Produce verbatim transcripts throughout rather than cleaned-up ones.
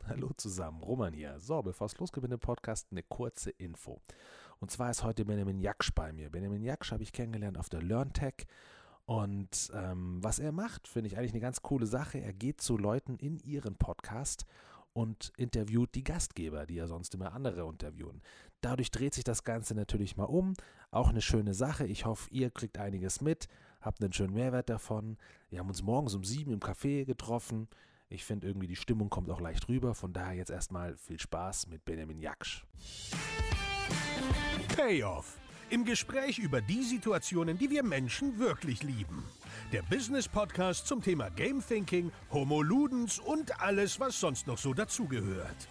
Hallo zusammen, Roman hier. So, bevor es losgeht mit dem Podcast, eine kurze Info. Und zwar ist heute Benjamin Jaksch bei mir. Benjamin Jaksch habe ich kennengelernt auf der LearnTech. Und ähm, was er macht, finde ich eigentlich eine ganz coole Sache. Er geht zu Leuten in ihren Podcast und interviewt die Gastgeber, die ja sonst immer andere interviewen. Dadurch dreht sich das Ganze natürlich mal um. Auch eine schöne Sache. Ich hoffe, ihr kriegt einiges mit, habt einen schönen Mehrwert davon. Wir haben uns morgens um sieben im Café getroffen. Ich finde irgendwie, die Stimmung kommt auch leicht rüber. Von daher jetzt erstmal viel Spaß mit Benjamin Jaksch. Payoff. Im Gespräch über die Situationen, die wir Menschen wirklich lieben. Der Business-Podcast zum Thema Game Thinking, Homo Ludens und alles, was sonst noch so dazugehört.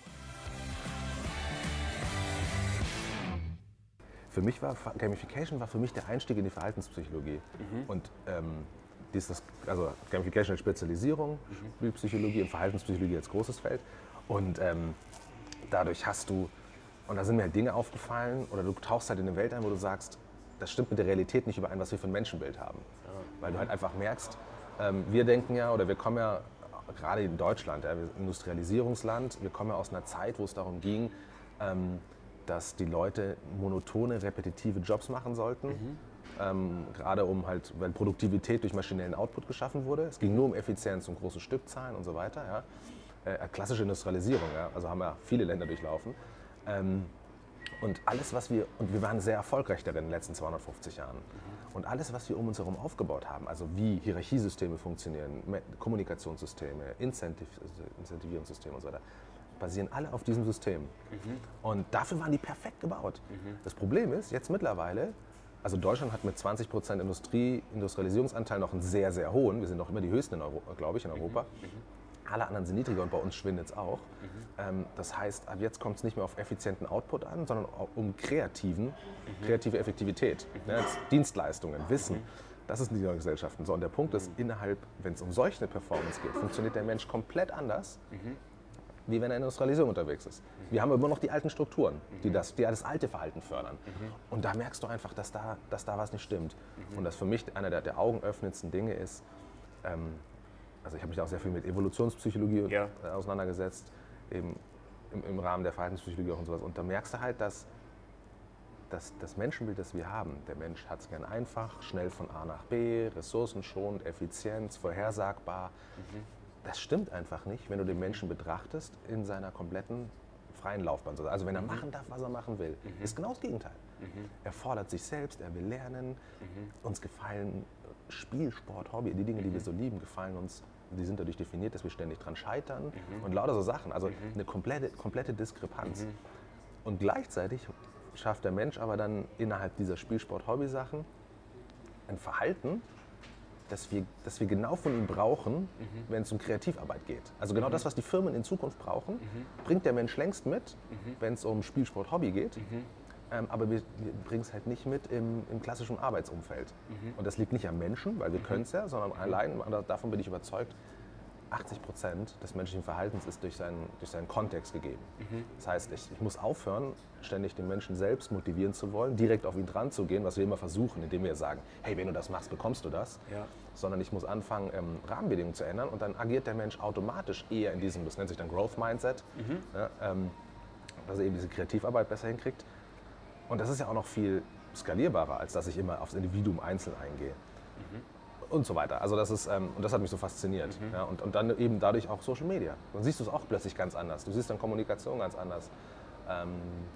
Für mich war Gamification war für mich der Einstieg in die Verhaltenspsychologie. Mhm. Und ähm, dieses, also Gamification als Spezialisierung, mhm. Spielpsychologie und Verhaltenspsychologie als großes Feld. Und ähm, dadurch hast du, und da sind mir halt Dinge aufgefallen, oder du tauchst halt in eine Welt ein, wo du sagst, das stimmt mit der Realität nicht überein, was wir für ein Menschenbild haben. Ja. Weil du halt einfach merkst, ähm, wir denken ja, oder wir kommen ja, gerade in Deutschland, ja, wir sind ein Industrialisierungsland, wir kommen ja aus einer Zeit, wo es darum ging, ähm, dass die Leute monotone, repetitive Jobs machen sollten. Mhm. Ähm, gerade um halt, weil Produktivität durch maschinellen Output geschaffen wurde. Es ging nur um Effizienz und große Stückzahlen und so weiter. Ja. Äh, klassische Industrialisierung, ja. Also haben ja viele Länder durchlaufen. Ähm, und alles, was wir, und wir waren sehr erfolgreich darin in den letzten zweihundertfünfzig Jahren. Mhm. Und alles, was wir um uns herum aufgebaut haben, also wie Hierarchiesysteme funktionieren, Kommunikationssysteme, Incentiv Incentivierungssysteme und so weiter, basieren alle auf diesem System. Mhm. Und dafür waren die perfekt gebaut. Mhm. Das Problem ist, jetzt mittlerweile, also Deutschland hat mit zwanzig Prozent Industrie, Industrialisierungsanteil noch einen sehr, sehr hohen. Wir sind noch immer die höchsten, glaube ich, in Europa. Mhm. Alle anderen sind niedriger und bei uns schwindet es auch. Mhm. Ähm, das heißt, ab jetzt kommt es nicht mehr auf effizienten Output an, sondern auch um kreativen, mhm. kreative Effektivität. Mhm. Ja, Dienstleistungen, Wissen. Mhm. Das ist in dieser Gesellschaften. So, und der Punkt ist, innerhalb, wenn es um solche eine Performance geht, funktioniert der Mensch komplett anders, mhm. wie wenn er in der Industrialisierung unterwegs ist. Mhm. Wir haben immer noch die alten Strukturen, die das, die das alte Verhalten fördern. Mhm. Und da merkst du einfach, dass da, dass da was nicht stimmt. Mhm. Und das für mich einer der, der augenöffnendsten Dinge ist, ähm, also ich habe mich auch sehr viel mit Evolutionspsychologie ja. auseinandergesetzt, eben im, im Rahmen der Verhaltenspsychologie auch und sowas. Und da merkst du halt, dass, dass das Menschenbild, das wir haben, der Mensch hat es gern einfach, schnell von A nach B, ressourcenschonend, Effizienz, vorhersagbar. Mhm. Das stimmt einfach nicht, wenn du den Menschen betrachtest in seiner kompletten freien Laufbahn. Also wenn er mhm. machen darf, was er machen will, mhm. ist genau das Gegenteil. Mhm. Er fordert sich selbst, er will lernen. Mhm. Uns gefallen Spiel, Sport, Hobby, die Dinge, die mhm. wir so lieben, gefallen uns. Die sind dadurch definiert, dass wir ständig dran scheitern mhm. und lauter so Sachen. Also mhm. eine komplette, komplette Diskrepanz. Mhm. Und gleichzeitig schafft der Mensch aber dann innerhalb dieser Spiel, Sport, Hobby-Sachen ein Verhalten, dass wir, dass wir genau von ihm brauchen, mhm. wenn es um Kreativarbeit geht. Also genau mhm. das, was die Firmen in Zukunft brauchen, mhm. bringt der Mensch längst mit, mhm. wenn es um Spiel, Sport, Hobby geht. Mhm. Ähm, aber wir, wir bringen es halt nicht mit im, im klassischen Arbeitsumfeld. Mhm. Und das liegt nicht am Menschen, weil wir mhm. können es ja, sondern mhm. allein, davon bin ich überzeugt, achtzig Prozent des menschlichen Verhaltens ist durch seinen, durch seinen Kontext gegeben. Mhm. Das heißt, ich, ich muss aufhören, ständig den Menschen selbst motivieren zu wollen, direkt auf ihn dran zu gehen, was wir immer versuchen, indem wir sagen, hey, wenn du das machst, bekommst du das. Ja. Sondern ich muss anfangen, ähm, Rahmenbedingungen zu ändern und dann agiert der Mensch automatisch eher in diesem, das nennt sich dann Growth Mindset, mhm. ja, ähm, dass er eben diese Kreativarbeit besser hinkriegt. Und das ist ja auch noch viel skalierbarer, als dass ich immer aufs Individuum einzeln eingehe. Mhm. Und so weiter. Also das ist, ähm, und das hat mich so fasziniert. Mhm. Ja, und, und dann eben dadurch auch Social Media. Dann siehst du es auch plötzlich ganz anders. Du siehst dann Kommunikation ganz anders. Ähm,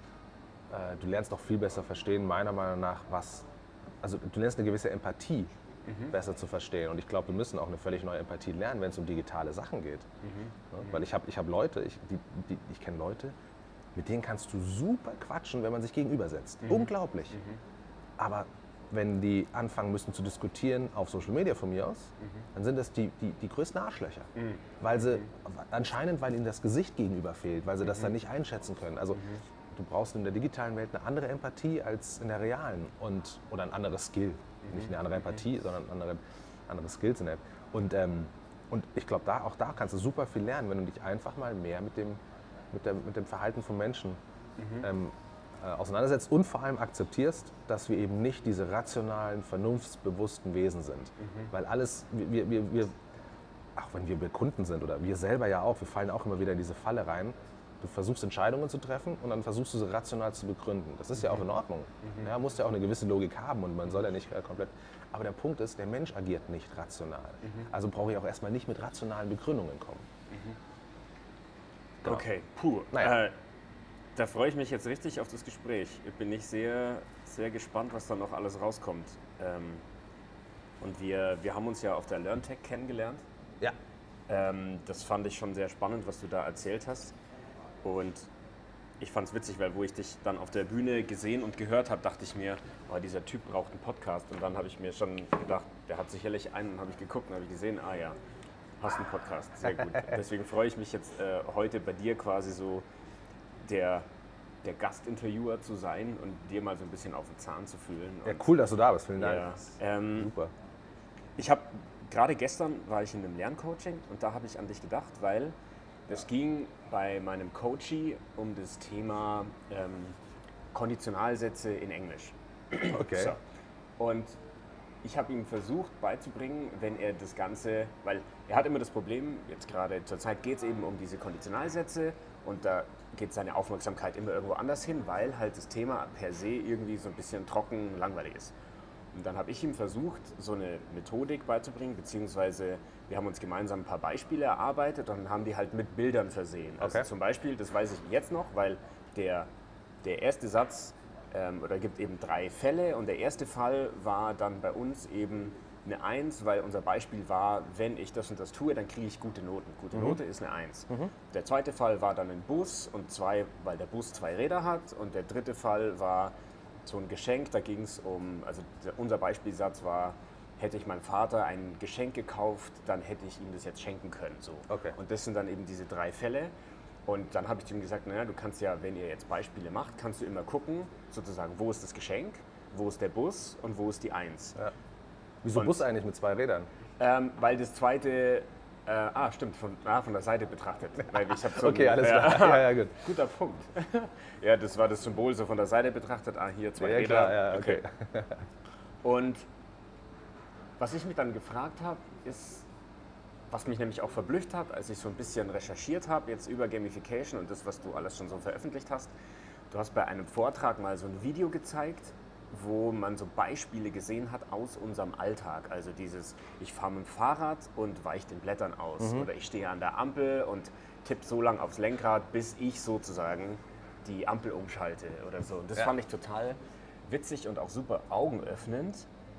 äh, du lernst auch viel besser verstehen, meiner Meinung nach, was, also du lernst eine gewisse Empathie mhm. besser zu verstehen. Und ich glaube, wir müssen auch eine völlig neue Empathie lernen, wenn es um digitale Sachen geht. Mhm. Ja, weil ich habe ich hab Leute, ich, die, die, ich kenne Leute, mit denen kannst du super quatschen, wenn man sich gegenübersetzt. Mhm. Unglaublich. Mhm. Aber wenn die anfangen müssen zu diskutieren auf Social Media von mir aus, mhm. dann sind das die, die, die größten Arschlöcher. Mhm. Weil sie, mhm. anscheinend, weil ihnen das Gesicht gegenüber fehlt, weil sie mhm. das dann nicht einschätzen können. Also mhm. du brauchst in der digitalen Welt eine andere Empathie als in der realen. Und, oder ein anderes Skill. Mhm. Nicht eine andere Empathie, mhm. sondern andere, andere Skills in der und, ähm, und ich glaube, da, auch da kannst du super viel lernen, wenn du dich einfach mal mehr mit dem Mit, der, mit dem Verhalten von Menschen mhm. ähm, äh, auseinandersetzt und vor allem akzeptierst, dass wir eben nicht diese rationalen, vernunftsbewussten Wesen sind. Mhm. Weil alles, wir, wir, wir, auch wenn wir bei Kunden sind oder wir selber ja auch, wir fallen auch immer wieder in diese Falle rein. Du versuchst Entscheidungen zu treffen und dann versuchst du sie rational zu begründen. Das ist ja auch in Ordnung. Mhm. Ja, musst ja auch eine gewisse Logik haben und man soll ja nicht äh, komplett... Aber der Punkt ist, der Mensch agiert nicht rational. Mhm. Also brauche ich auch erstmal nicht mit rationalen Begründungen kommen. Mhm. Genau. Okay, puh. Naja. Äh, da freue ich mich jetzt richtig auf das Gespräch. Ich bin nicht sehr, sehr gespannt, was da noch alles rauskommt. Ähm, und wir, wir haben uns ja auf der LearnTech kennengelernt. Ja. Ähm, das fand ich schon sehr spannend, was du da erzählt hast. Und ich fand es witzig, weil wo ich dich dann auf der Bühne gesehen und gehört habe, dachte ich mir, oh, dieser Typ braucht einen Podcast. Und dann habe ich mir schon gedacht, der hat sicherlich einen, und habe ich geguckt und habe ich gesehen, ah ja, hast einen Podcast, sehr gut. Deswegen freue ich mich jetzt äh, heute bei dir quasi so der, der Gastinterviewer zu sein und dir mal so ein bisschen auf den Zahn zu fühlen. Ja, cool, dass du da bist, vielen Dank. Ja, ähm, super. Ich habe, gerade gestern war ich in einem Lerncoaching und da habe ich an dich gedacht, weil es ging bei meinem Coachie um das Thema ähm, Konditionalsätze in Englisch. Okay. So. Und ich habe ihm versucht beizubringen, wenn er das Ganze, weil er hat immer das Problem, jetzt gerade zur Zeit geht es eben um diese Konditionalsätze und da geht seine Aufmerksamkeit immer irgendwo anders hin, weil halt das Thema per se irgendwie so ein bisschen trocken, langweilig ist. Und dann habe ich ihm versucht, so eine Methodik beizubringen, beziehungsweise wir haben uns gemeinsam ein paar Beispiele erarbeitet und haben die halt mit Bildern versehen. Also okay. Zum Beispiel, das weiß ich jetzt noch, weil der, der erste Satz, ähm, oder gibt eben drei Fälle und der erste Fall war dann bei uns eben eine Eins, weil unser Beispiel war, wenn ich das und das tue, dann kriege ich gute Noten. Gute mhm. Note ist eine Eins. Mhm. Der zweite Fall war dann ein Bus und zwei, weil der Bus zwei Räder hat und der dritte Fall war so ein Geschenk, da ging es um, also unser Beispielsatz war, hätte ich meinem Vater ein Geschenk gekauft, dann hätte ich ihm das jetzt schenken können. So. Okay. Und das sind dann eben diese drei Fälle. Und dann habe ich ihm gesagt, naja, du kannst ja, wenn ihr jetzt Beispiele macht, kannst du immer gucken, sozusagen, wo ist das Geschenk, wo ist der Bus und wo ist die Eins. Ja. Wieso und, Bus eigentlich mit zwei Rädern? Ähm, weil das zweite... Äh, ah, stimmt, von, ah, von der Seite betrachtet. Weil ich hab so okay, ein, alles klar. Ja, ja, gut. Guter Punkt. Ja, das war das Symbol so von der Seite betrachtet. Ah, hier zwei ja, Räder. Klar, ja, okay. okay. Und was ich mich dann gefragt habe, ist, was mich nämlich auch verblüfft hat, als ich so ein bisschen recherchiert habe, jetzt über Gamification und das, was du alles schon so veröffentlicht hast. Du hast bei einem Vortrag mal so ein Video gezeigt, wo man so Beispiele gesehen hat aus unserem Alltag. Also dieses, ich fahre mit dem Fahrrad und weiche den Blättern aus. Mhm. Oder ich stehe an der Ampel und tippe so lange aufs Lenkrad, bis ich sozusagen die Ampel umschalte oder so. Und das ja. fand ich total witzig und auch super augenöffnend,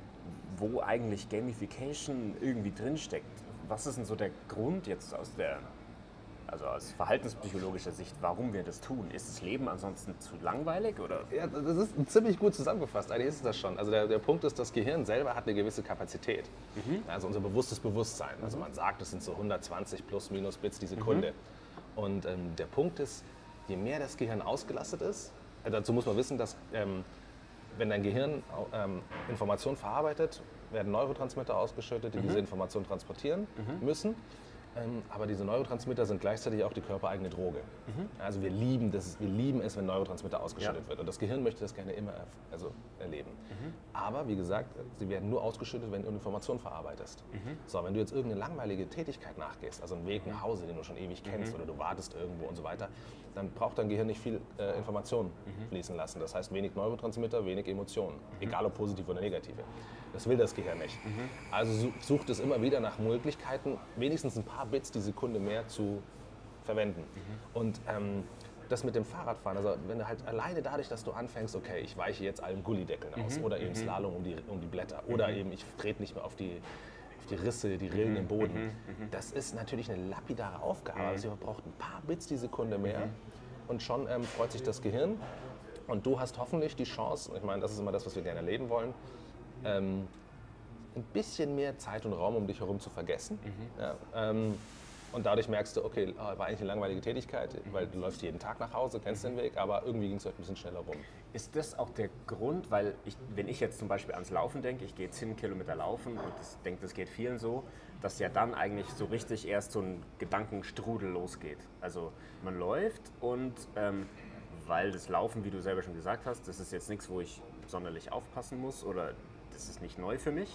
wo eigentlich Gamification irgendwie drinsteckt. Was ist denn so der Grund jetzt aus der... Also aus verhaltenspsychologischer Sicht, warum wir das tun? Ist das Leben ansonsten zu langweilig? Oder? Ja, das ist ziemlich gut zusammengefasst. Eigentlich ist es das schon. Also der, der Punkt ist, das Gehirn selber hat eine gewisse Kapazität. Mhm. Also unser bewusstes Bewusstsein. Also man sagt, es sind so hundertzwanzig plus minus Bits die Sekunde. Mhm. Und ähm, der Punkt ist, je mehr das Gehirn ausgelastet ist, äh, dazu muss man wissen, dass ähm, wenn dein Gehirn ähm, Informationen verarbeitet, werden Neurotransmitter ausgeschüttet, die mhm. diese Informationen transportieren mhm. müssen. Ähm, aber diese Neurotransmitter sind gleichzeitig auch die körpereigene Droge. Mhm. Also wir lieben, das, wir lieben es, wenn Neurotransmitter ausgeschüttet ja. wird. Und das Gehirn möchte das gerne immer also erleben. Mhm. Aber wie gesagt, sie werden nur ausgeschüttet, wenn du Informationen verarbeitest. Mhm. So, wenn du jetzt irgendeine langweilige Tätigkeit nachgehst, also einen Weg nach Hause, den du schon ewig kennst, mhm. oder du wartest irgendwo und so weiter, dann braucht dein Gehirn nicht viel äh, Information mhm. fließen lassen. Das heißt wenig Neurotransmitter, wenig Emotionen, mhm. egal ob positive oder negative. Das will das Gehirn nicht. Mhm. Also sucht es immer wieder nach Möglichkeiten, wenigstens ein paar Bits die Sekunde mehr zu verwenden. Mhm. Und ähm, das mit dem Fahrradfahren, also wenn du halt alleine dadurch, dass du anfängst, okay, ich weiche jetzt allen Gullideckeln aus mhm. oder eben mhm. Slalom um die, um die Blätter mhm. oder eben ich trete nicht mehr auf die, auf die Risse, die Rillen mhm. im Boden. Mhm. Das ist natürlich eine lapidare Aufgabe. Mhm. Also ihr braucht ein paar Bits die Sekunde mehr mhm. und schon ähm, freut sich das Gehirn. Und du hast hoffentlich die Chance, ich meine, das ist immer das, was wir gerne erleben wollen, ähm, ein bisschen mehr Zeit und Raum um dich herum zu vergessen. Mhm. Ja, ähm, und dadurch merkst du, okay, war eigentlich eine langweilige Tätigkeit, mhm. weil du läufst jeden Tag nach Hause, kennst den Weg, aber irgendwie ging es heute ein bisschen schneller rum. Ist das auch der Grund, weil ich, wenn ich jetzt zum Beispiel ans Laufen denke, ich gehe zehn Kilometer laufen und ich denke, das geht vielen so, dass ja dann eigentlich so richtig erst so ein Gedankenstrudel losgeht. Also man läuft und ähm, weil das Laufen, wie du selber schon gesagt hast, das ist jetzt nichts, wo ich sonderlich aufpassen muss oder das ist nicht neu für mich.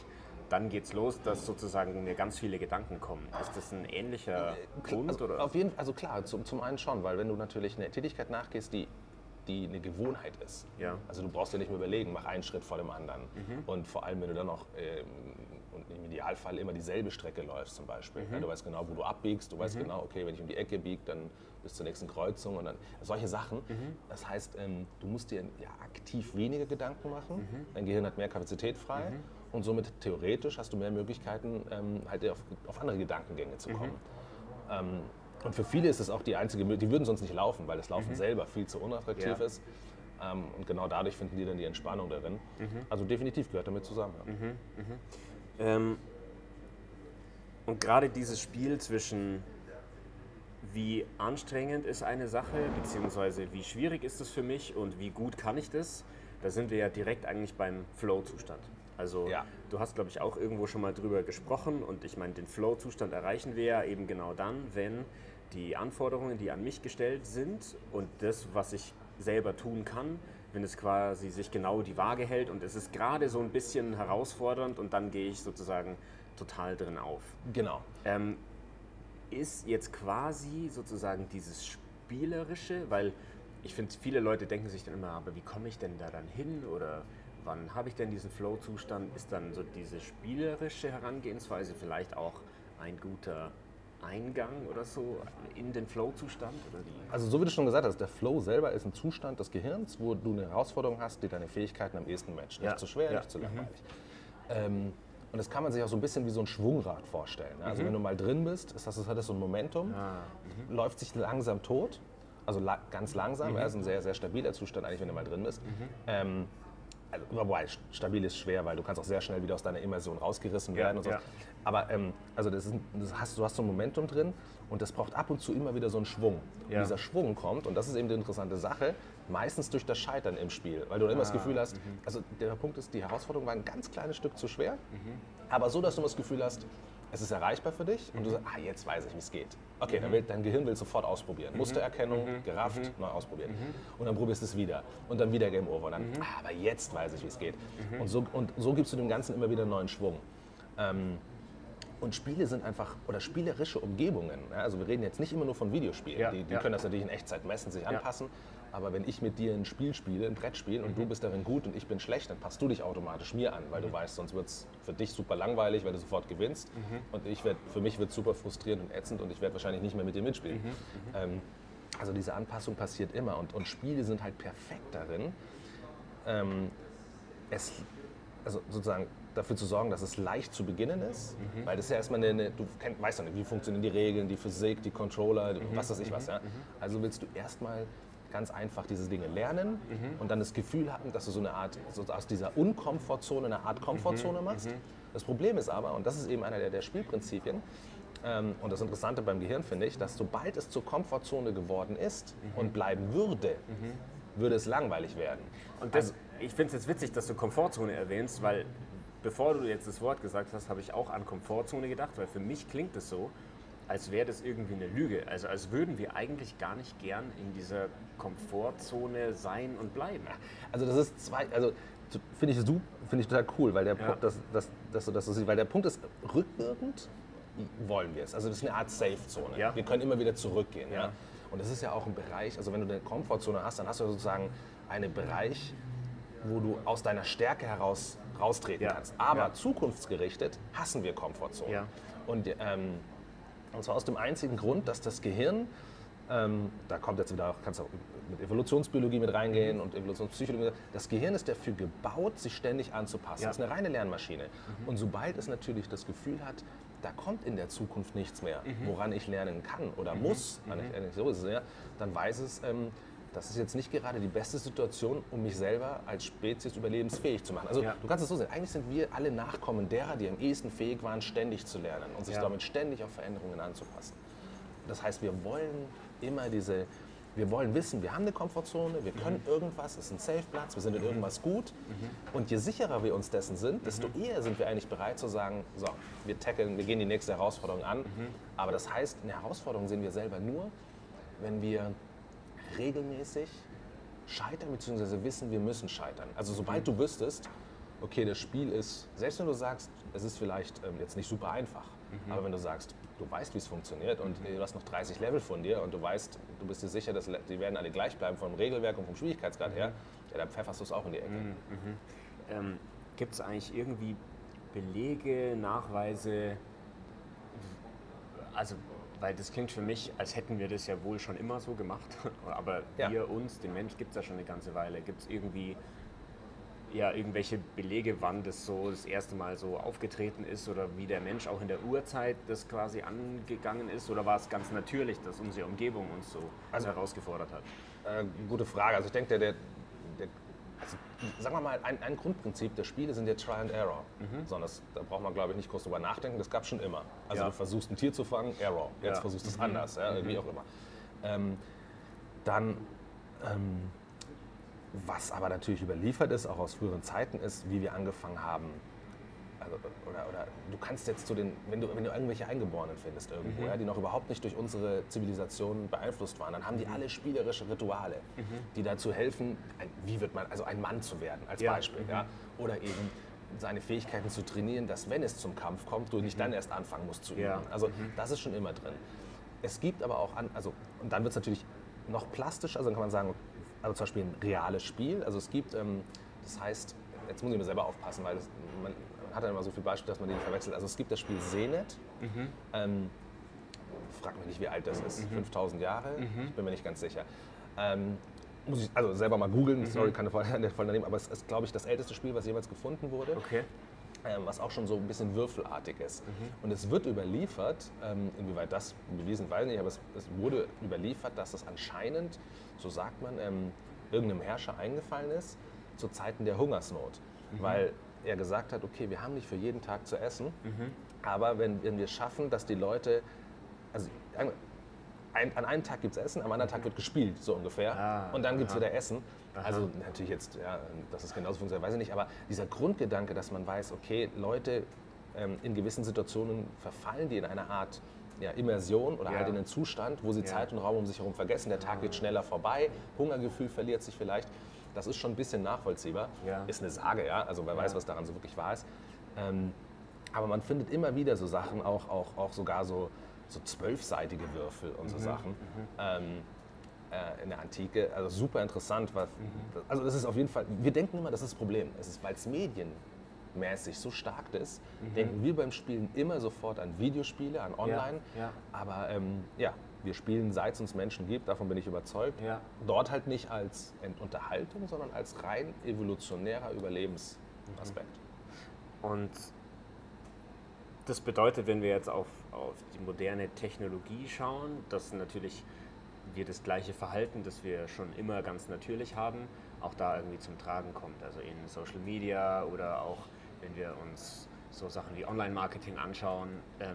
dann geht's los, dass sozusagen mir ganz viele Gedanken kommen. Ist das ein ähnlicher Grund? Also, oder? Auf jeden Fall, also klar, zum, zum einen schon, weil wenn du natürlich eine Tätigkeit nachgehst, die, die eine Gewohnheit ist, Ja. also du brauchst ja nicht mehr überlegen, mach einen Schritt vor dem anderen. Mhm. Und vor allem, wenn du dann noch ähm, und im Idealfall immer dieselbe Strecke läufst zum Beispiel. Mhm. Ja, du weißt genau, wo du abbiegst, du weißt Mhm. genau, okay, wenn ich um die Ecke biege, dann bis zur nächsten Kreuzung und dann solche Sachen. Mhm. Das heißt, ähm, du musst dir ja, aktiv weniger Gedanken machen, Mhm. dein Gehirn hat mehr Kapazität frei Mhm. und somit theoretisch hast du mehr Möglichkeiten, ähm, halt auf, auf andere Gedankengänge zu kommen. Mhm. Ähm, und für viele ist es auch die einzige Möglichkeit, die würden sonst nicht laufen, weil das Laufen Mhm. selber viel zu unattraktiv Ja. ist. Ähm, und genau dadurch finden die dann die Entspannung darin. Mhm. Also definitiv gehört damit zusammen. Ja. Mhm. Mhm. Ähm, und gerade dieses Spiel zwischen wie anstrengend ist eine Sache, beziehungsweise wie schwierig ist es für mich und wie gut kann ich das, da sind wir ja direkt eigentlich beim Flow-Zustand. Also Ja. du hast, glaube ich, auch irgendwo schon mal drüber gesprochen und ich meine, den Flow-Zustand erreichen wir ja eben genau dann, wenn die Anforderungen, die an mich gestellt sind und das, was ich selber tun kann, wenn es quasi sich genau die Waage hält und es ist gerade so ein bisschen herausfordernd und dann gehe ich sozusagen total drin auf. Genau. Ähm, ist jetzt quasi sozusagen dieses Spielerische, weil ich finde, viele Leute denken sich dann immer, aber wie komme ich denn da dann hin oder wann habe ich denn diesen Flow-Zustand? Ist dann so diese spielerische Herangehensweise vielleicht auch ein guter Eingang oder so in den Flow-Zustand? Oder wie? Also so wie du schon gesagt hast, der Flow selber ist ein Zustand des Gehirns, wo du eine Herausforderung hast, die deine Fähigkeiten am ehesten matcht. Nicht Ja. zu schwer, Ja. nicht zu langweilig. Ähm, und das kann man sich auch so ein bisschen wie so ein Schwungrad vorstellen. Ne? Also Mhm. wenn du mal drin bist, ist das, das hat das so ein Momentum, Ah, läuft sich langsam tot, also la ganz langsam, Mhm. ja, ist ein sehr, sehr stabiler Zustand eigentlich, wenn du mal drin bist. Ähm, also, wobei, stabil ist schwer, weil du kannst auch sehr schnell wieder aus deiner Immersion rausgerissen Ja, werden und so. ja. Aber ähm, also das ist, ein- das hast, du hast so ein Momentum drin und das braucht ab und zu immer wieder so einen Schwung. Ja. Und dieser Schwung kommt, und das ist eben die interessante Sache, meistens durch das Scheitern im Spiel. Weil du immer das Ah, Gefühl hast, mhm. also der Punkt ist, die Herausforderung war ein ganz kleines Stück zu schwer, aber so, dass du immer das Gefühl hast, es ist erreichbar für dich und du sagst, ah, jetzt weiß ich, wie es geht. Okay, dann will, dein Gehirn will sofort ausprobieren. Mustererkennung, gerafft, neu ausprobieren. Und dann probierst du es wieder. Und dann wieder Game Over. Und dann, ah, aber jetzt weiß ich, wie es geht. Und, so, und so gibst du dem Ganzen immer wieder einen neuen Schwung. Ähm, und Spiele sind einfach, oder spielerische Umgebungen. Ja, also wir reden jetzt nicht immer nur von Videospielen. Ja, die die ja. können das natürlich in Echtzeit messen, sich anpassen. Aber wenn ich mit dir ein Spiel spiele, ein Brettspiel, und du bist darin gut und ich bin schlecht, dann passt du dich automatisch mir an, weil du weißt, sonst wird es für dich super langweilig, weil du sofort gewinnst. Und ich werd, für mich wird es super frustrierend und ätzend und ich werde wahrscheinlich nicht mehr mit dir mitspielen. Ähm, also diese Anpassung passiert immer und, und Spiele sind halt perfekt darin, ähm, es, also sozusagen dafür zu sorgen, dass es leicht zu beginnen ist, weil das ist ja erstmal eine, eine du kenn, weißt ja nicht, wie funktionieren die Regeln, die Physik, die Controller, was weiß ich was. Ja? Also willst du erstmal ganz einfach diese Dinge lernen und dann das Gefühl haben, dass du so eine Art, so aus dieser Unkomfortzone eine Art Komfortzone machst. Das Problem ist aber, und das ist eben einer der, der Spielprinzipien, ähm, und das Interessante beim Gehirn finde ich, dass sobald es zur Komfortzone geworden ist und bleiben würde, würde es langweilig werden. Und das, ich finde es jetzt witzig, dass du Komfortzone erwähnst, weil bevor du jetzt das Wort gesagt hast, habe ich auch an Komfortzone gedacht, weil für mich klingt es so, als wäre das irgendwie eine Lüge. Also als würden wir eigentlich gar nicht gern in dieser Komfortzone sein und bleiben. Also das ist zwei, also finde ich, su- finde ich total cool, weil der Ja. Punkt, dass, dass, dass du das so siehst, weil der Punkt ist, rückwirkend wollen wir es. Also das ist eine Art Safe-Zone. Ja. Wir können immer wieder zurückgehen. Ja. Ja. Und das ist ja auch ein Bereich, also wenn du eine Komfortzone hast, dann hast du sozusagen einen Bereich, wo du aus deiner Stärke heraus raustreten Ja. kannst. Aber Ja. zukunftsgerichtet hassen wir Komfortzonen. Ja. Und, ähm, und zwar aus dem einzigen Grund, dass das Gehirn, ähm, da kommt jetzt wieder, kannst du auch mit Evolutionsbiologie mit reingehen und Evolutionspsychologie, das Gehirn ist dafür gebaut, sich ständig anzupassen. Ja. Das ist eine reine Lernmaschine. Und sobald es natürlich das Gefühl hat, da kommt in der Zukunft nichts mehr, woran ich lernen kann oder muss, mhm. so ist es ja, dann weiß es, ähm, das ist jetzt nicht gerade die beste Situation, um mich selber als Spezies überlebensfähig zu machen. Also Ja. du kannst es so sehen, eigentlich sind wir alle Nachkommen derer, die am ehesten fähig waren, ständig zu lernen und sich Ja. damit ständig auf Veränderungen anzupassen. Das heißt, wir wollen immer diese, wir wollen wissen, wir haben eine Komfortzone, wir können irgendwas, es ist ein Safe-Platz, wir sind in irgendwas gut. Und je sicherer wir uns dessen sind, desto eher sind wir eigentlich bereit zu sagen, so, wir tackeln, wir gehen die nächste Herausforderung an. Aber das heißt, eine Herausforderung sehen wir selber nur, wenn wir regelmäßig scheitern, beziehungsweise wissen, wir müssen scheitern. Also sobald du wüsstest, okay, das Spiel ist, selbst wenn du sagst, es ist vielleicht ähm, jetzt nicht super einfach, mhm. aber wenn du sagst, du weißt, wie es funktioniert und mhm. du hast noch dreißig Level von dir und du weißt, du bist dir sicher, dass die werden alle gleich bleiben vom Regelwerk und vom Schwierigkeitsgrad mhm. her, ja, dann pfefferst du es auch in die Ecke. Mhm. Mhm. Ähm, gibt es eigentlich irgendwie Belege, Nachweise, also weil das klingt für mich, als hätten wir das ja wohl schon immer so gemacht, aber ja. wir, uns, den Mensch, gibt es ja schon eine ganze Weile. Gibt es irgendwie ja, irgendwelche Belege, wann das so das erste Mal so aufgetreten ist oder wie der Mensch auch in der Urzeit das quasi angegangen ist? Oder war es ganz natürlich, dass unsere Umgebung uns so also, herausgefordert hat? Äh, gute Frage. Also ich denke, der, der, der also, sagen wir mal, ein, ein Grundprinzip der Spiele sind ja Try and Error. Mhm. So, das, da braucht man, glaube ich, nicht groß drüber nachdenken. Das gab es schon immer. Also ja. du versuchst ein Tier zu fangen, Error. Jetzt ja. versuchst du es mhm. anders, ja, mhm. wie auch immer. Ähm, dann, ähm, was aber natürlich überliefert ist, auch aus früheren Zeiten, ist, wie wir angefangen haben. Also, oder, oder du kannst jetzt zu den, wenn du, wenn du irgendwelche Eingeborenen findest irgendwo, mhm. ja, die noch überhaupt nicht durch unsere Zivilisation beeinflusst waren, dann haben die mhm. alle spielerische Rituale, mhm. die dazu helfen, ein, wie wird man, also ein Mann zu werden, als ja. Beispiel. Mhm. Ja? Oder eben seine Fähigkeiten zu trainieren, dass wenn es zum Kampf kommt, du nicht mhm. dann erst anfangen musst zu üben. Ja. Also mhm. das ist schon immer drin. Es gibt aber auch, an, also und dann wird es natürlich noch plastischer, also dann kann man sagen, also zum Beispiel ein reales Spiel, also es gibt, ähm, das heißt, jetzt muss ich mir selber aufpassen, weil das, man, hat dann immer so viel Beispiele, dass man die nicht verwechselt. Also es gibt das Spiel Senet. Mhm. Ähm, frag mich nicht, wie alt das ist. Mhm. fünftausend Jahre? Mhm. Ich bin mir nicht ganz sicher. Ähm, muss ich also selber mal googeln. Mhm. Sorry, keine voll daneben. Aber es ist, glaube ich, das älteste Spiel, was jemals gefunden wurde. Okay. Ähm, was auch schon so ein bisschen würfelartig ist. Mhm. Und es wird überliefert, ähm, inwieweit das bewiesen, weiß ich nicht, aber es, es wurde überliefert, dass es anscheinend, so sagt man, ähm, irgendeinem Herrscher eingefallen ist, zu Zeiten der Hungersnot. Mhm. Weil er gesagt hat, okay, wir haben nicht für jeden Tag zu essen, mhm. aber wenn, wenn wir es schaffen, dass die Leute, also ein, an einem Tag gibt es Essen, am anderen mhm. Tag wird gespielt, so ungefähr, ah, und dann gibt es wieder Essen. Aha. Also natürlich jetzt, ja, dass es genauso funktioniert, weiß ich nicht, aber dieser Grundgedanke, dass man weiß, okay, Leute ähm, in gewissen Situationen verfallen die in eine Art ja, Immersion oder ja. halt in einen Zustand, wo sie ja. Zeit und Raum um sich herum vergessen, der Tag geht schneller vorbei, Hungergefühl verliert sich vielleicht. Das ist schon ein bisschen nachvollziehbar. Ja. Ist eine Sage, ja. Also wer ja. weiß, was daran so wirklich wahr ist. Ähm, aber man findet immer wieder so Sachen, auch, auch, auch sogar so, so zwölfseitige Würfel und so mhm. Sachen mhm. ähm, äh, in der Antike. Also super interessant. Was, mhm. Also das ist auf jeden Fall, wir denken immer, das ist das Problem. Es ist, weil es medienmäßig so stark ist, mhm. denken wir beim Spielen immer sofort an Videospiele, an Online. Ja. Ja. Aber ähm, ja, wir spielen, seit es uns Menschen gibt, davon bin ich überzeugt. Ja. Dort halt nicht als Unterhaltung, sondern als rein evolutionärer Überlebensaspekt. Und das bedeutet, wenn wir jetzt auf, auf die moderne Technologie schauen, dass natürlich wir das gleiche Verhalten, das wir schon immer ganz natürlich haben, auch da irgendwie zum Tragen kommt. Also in Social Media oder auch, wenn wir uns so Sachen wie Online-Marketing anschauen, ähm,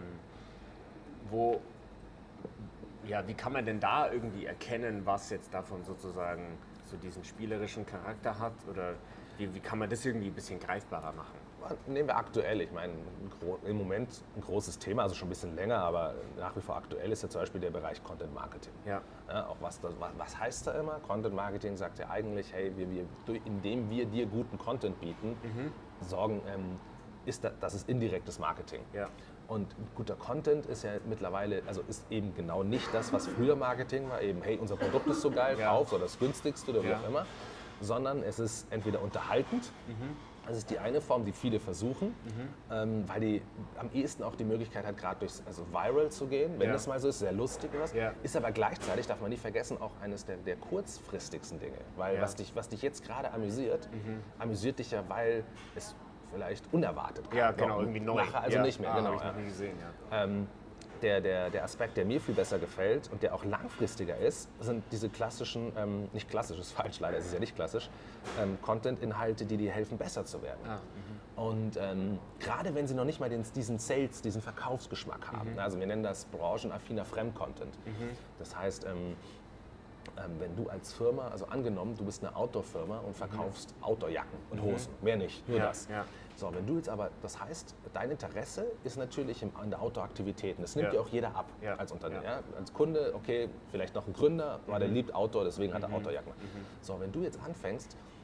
wo Ja, wie kann man denn da irgendwie erkennen, was jetzt davon sozusagen so diesen spielerischen Charakter hat? Oder wie, wie kann man das irgendwie ein bisschen greifbarer machen? Nehmen wir aktuell, ich meine, im Moment ein großes Thema, also schon ein bisschen länger, aber nach wie vor aktuell ist ja zum Beispiel der Bereich Content Marketing. Ja. Ja, auch was, das, was heißt da immer? Content Marketing sagt ja eigentlich, hey, wir, wir, indem wir dir guten Content bieten, mhm. sorgen, ähm, ist das, das ist indirektes Marketing. Ja. Und guter Content ist ja mittlerweile, also ist eben genau nicht das, was früher Marketing war, eben hey, unser Produkt ist so geil, ja. kauf oder das günstigste oder wie ja. auch immer, sondern es ist entweder unterhaltend, mhm. das ist die eine Form, die viele versuchen, mhm. ähm, weil die am ehesten auch die Möglichkeit hat, gerade durch also viral zu gehen, wenn ja. das mal so ist, sehr lustig oder was, ja. ist aber gleichzeitig, darf man nicht vergessen, auch eines der, der kurzfristigsten Dinge, weil ja. was, dich, was dich jetzt gerade amüsiert, mhm. amüsiert dich ja, weil es vielleicht unerwartet kommt. Ja, genau, irgendwie neu. Nachher also ja. nicht mehr, ah, genau. Hab ich noch nie gesehen, ja. ähm, der, der, der Aspekt, der mir viel besser gefällt und der auch langfristiger ist, sind diese klassischen, ähm, nicht klassisch, ist falsch leider, es ist ja nicht klassisch, ähm, Content-Inhalte, die dir helfen, besser zu werden. Ah, und ähm, gerade wenn sie noch nicht mal den, diesen Sales, diesen Verkaufsgeschmack haben, mhm. also wir nennen das branchenaffiner Fremdcontent. Mhm. Das heißt, ähm, Ähm, wenn du als Firma, also angenommen, du bist eine Outdoor-Firma und verkaufst mhm. Outdoor-Jacken und Hosen, mhm. mehr nicht, nur ja, das. Ja. So, wenn du jetzt aber, das heißt, dein Interesse ist natürlich im, an der Outdoor-Aktivitäten. Das nimmt ja. dir auch jeder ab ja. als Unternehmen. Ja. Ja? Als Kunde, okay, vielleicht noch ein Gründer, aber mhm. der liebt Outdoor, deswegen mhm. hat er Outdoor-Jacken. Mhm. So, wenn du jetzt anfängst,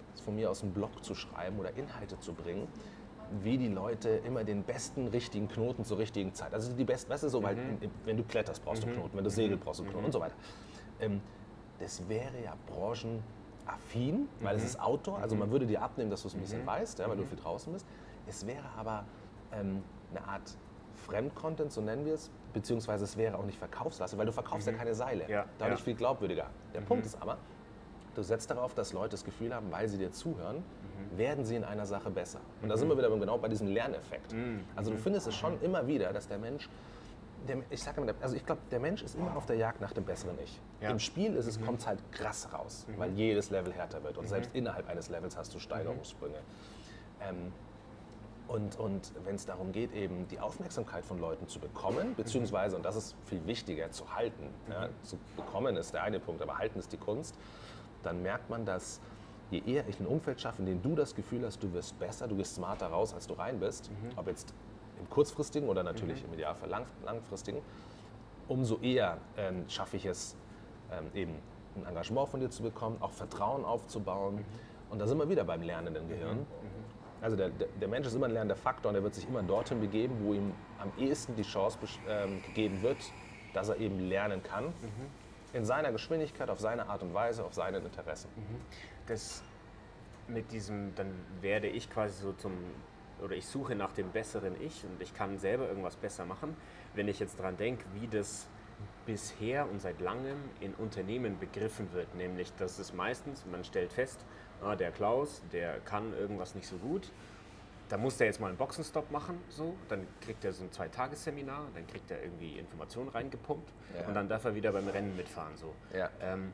von mir aus einen Blog zu schreiben oder Inhalte zu bringen, wie die Leute immer den besten richtigen Knoten zur richtigen Zeit. Also die besten, weißt du, so, weil Mhm. wenn du kletterst, brauchst du Mhm. Knoten, wenn du segelst, brauchst du Knoten Mhm. und so weiter. Ähm, das wäre ja branchenaffin, weil es Mhm. ist Outdoor, also man würde dir abnehmen, dass du es ein bisschen Mhm. weißt, ja, weil du Mhm. viel draußen bist. Es wäre aber ähm, eine Art Fremdcontent, so nennen wir es, beziehungsweise es wäre auch nicht verkaufslastig, weil du verkaufst ja Mhm. keine Seile, Ja, dadurch ja. viel glaubwürdiger. Der Mhm. Punkt ist aber, du setzt darauf, dass Leute das Gefühl haben, weil sie dir zuhören, werden sie in einer Sache besser. Und da sind wir wieder genau bei diesem Lerneffekt. Mhm. Also du findest es schon immer wieder, dass der Mensch, der, ich sage immer, also ich glaube, der Mensch ist immer auf der Jagd nach dem besseren Ich. Ja. Im Spiel ist es, kommt es halt krass raus, weil jedes Level härter wird und selbst innerhalb eines Levels hast du Steigerungssprünge. Ähm, Und, und wenn es darum geht, eben die Aufmerksamkeit von Leuten zu bekommen, beziehungsweise, und das ist viel wichtiger, zu halten. Ja, zu bekommen ist der eine Punkt, aber halten ist die Kunst. Dann merkt man, dass je eher ich ein Umfeld schaffe, in dem du das Gefühl hast, du wirst besser, du gehst smarter raus, als du rein bist, ob jetzt im kurzfristigen oder natürlich im Idealfall lang, langfristigen, umso eher ähm, schaffe ich es, ähm, eben ein Engagement von dir zu bekommen, auch Vertrauen aufzubauen. Und da sind wir wieder beim lernenden Gehirn. Also der, der, der Mensch ist immer ein lernender Faktor und er wird sich immer dorthin begeben, wo ihm am ehesten die Chance ähm, gegeben wird, dass er eben lernen kann. Mhm. In seiner Geschwindigkeit, auf seine Art und Weise, auf seine Interessen. Mhm. Das mit diesem, dann werde ich quasi so zum, oder ich suche nach dem besseren Ich und ich kann selber irgendwas besser machen. Wenn ich jetzt daran denke, wie das bisher und seit langem in Unternehmen begriffen wird, nämlich dass es meistens, man stellt fest, ah, der Klaus, der kann irgendwas nicht so gut, da muss der jetzt mal einen Boxenstopp machen, so, dann kriegt er so ein Zwei-Tages-Seminar, dann kriegt er irgendwie Informationen reingepumpt Ja. und dann darf er wieder beim Rennen mitfahren. So. Ja. Ähm,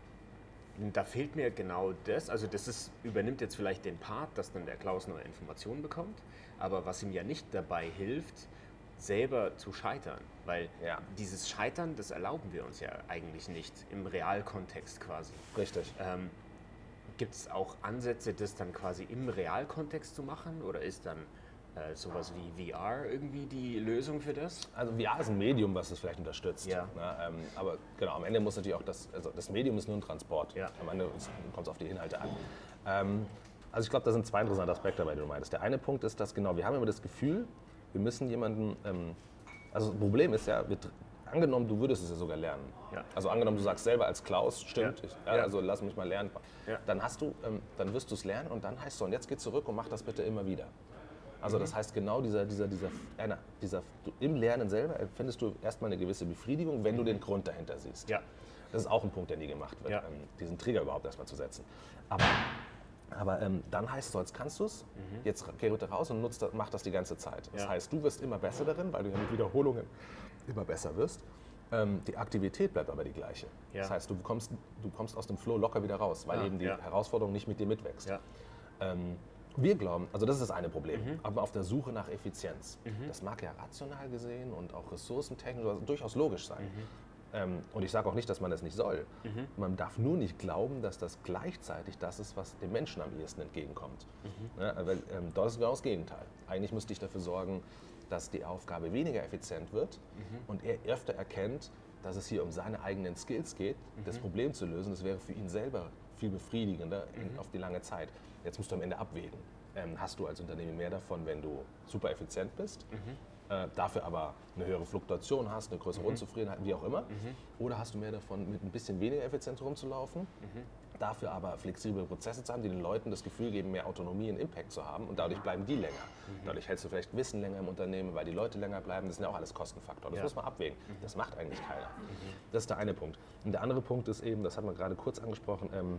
da fehlt mir genau das, also das ist, übernimmt jetzt vielleicht den Part, dass dann der Klaus neue Informationen bekommt, aber was ihm ja nicht dabei hilft, selber zu scheitern, weil Ja. dieses Scheitern, das erlauben wir uns ja eigentlich nicht im Realkontext quasi. Richtig. Ähm, Gibt es auch Ansätze, das dann quasi im Realkontext zu machen oder ist dann äh, sowas wie V R irgendwie die Lösung für das? Also V R ist ein Medium, was das vielleicht unterstützt. Ja. Ne? Ähm, aber genau, am Ende muss natürlich auch das, also das Medium ist nur ein Transport. Ja. Am Ende kommt es auf die Inhalte an. Ähm, also ich glaube, da sind zwei interessante Aspekte dabei, die du meintest. Der eine Punkt ist, dass genau, wir haben immer das Gefühl, wir müssen jemanden, ähm, also das Problem ist ja, wir, angenommen, du würdest es ja sogar lernen. Ja. Also angenommen, du sagst selber als Klaus, stimmt, Ja. Ich, ja, Ja. also lass mich mal lernen. Ja. Dann hast du, ähm, dann wirst du es lernen und dann heißt es so, und jetzt geh zurück und mach das bitte immer wieder. Also das heißt genau dieser, dieser, dieser, einer, dieser du, im Lernen selber empfindest du erstmal eine gewisse Befriedigung, wenn du den Grund dahinter siehst. Ja. Das ist auch ein Punkt, der nie gemacht wird, Ja. ähm, diesen Trigger überhaupt erstmal zu setzen. Aber, aber ähm, dann heißt es so, jetzt kannst du es, jetzt geh bitte raus und nutzt das, mach das die ganze Zeit. Das Ja. heißt, du wirst immer besser darin, weil du ja mit Wiederholungen immer besser wirst. Ähm, die Aktivität bleibt aber die gleiche. Ja. Das heißt, du kommst, du kommst aus dem Flow locker wieder raus, weil Ah, eben die ja. Herausforderung nicht mit dir mitwächst. Ja. Ähm, wir glauben, also das ist das eine Problem, aber auf der Suche nach Effizienz. Mhm. Das mag ja rational gesehen und auch ressourcentechnisch durchaus logisch sein. Mhm. Ähm, und ich sage auch nicht, dass man das nicht soll. Man darf nur nicht glauben, dass das gleichzeitig das ist, was dem Menschen am ehesten entgegenkommt. Mhm. Ja, weil ähm, dort ist genau das Gegenteil. Eigentlich müsste ich dafür sorgen, dass die Aufgabe weniger effizient wird Mhm. und er öfter erkennt, dass es hier um seine eigenen Skills geht, das Problem zu lösen. Das wäre für ihn selber viel befriedigender in, auf die lange Zeit. Jetzt musst du am Ende abwägen. Ähm, hast du als Unternehmen mehr davon, wenn du super effizient bist, äh, dafür aber eine höhere Fluktuation hast, eine größere Unzufriedenheit, wie auch immer? Oder hast du mehr davon, mit ein bisschen weniger Effizienz rumzulaufen, dafür aber flexible Prozesse zu haben, die den Leuten das Gefühl geben, mehr Autonomie und Impact zu haben und dadurch bleiben die länger. Dadurch hältst du vielleicht Wissen länger im Unternehmen, weil die Leute länger bleiben. Das sind ja auch alles Kostenfaktoren. Das Ja. muss man abwägen. Das macht eigentlich keiner. Das ist der eine Punkt. Und der andere Punkt ist eben, das hat man gerade kurz angesprochen, ähm,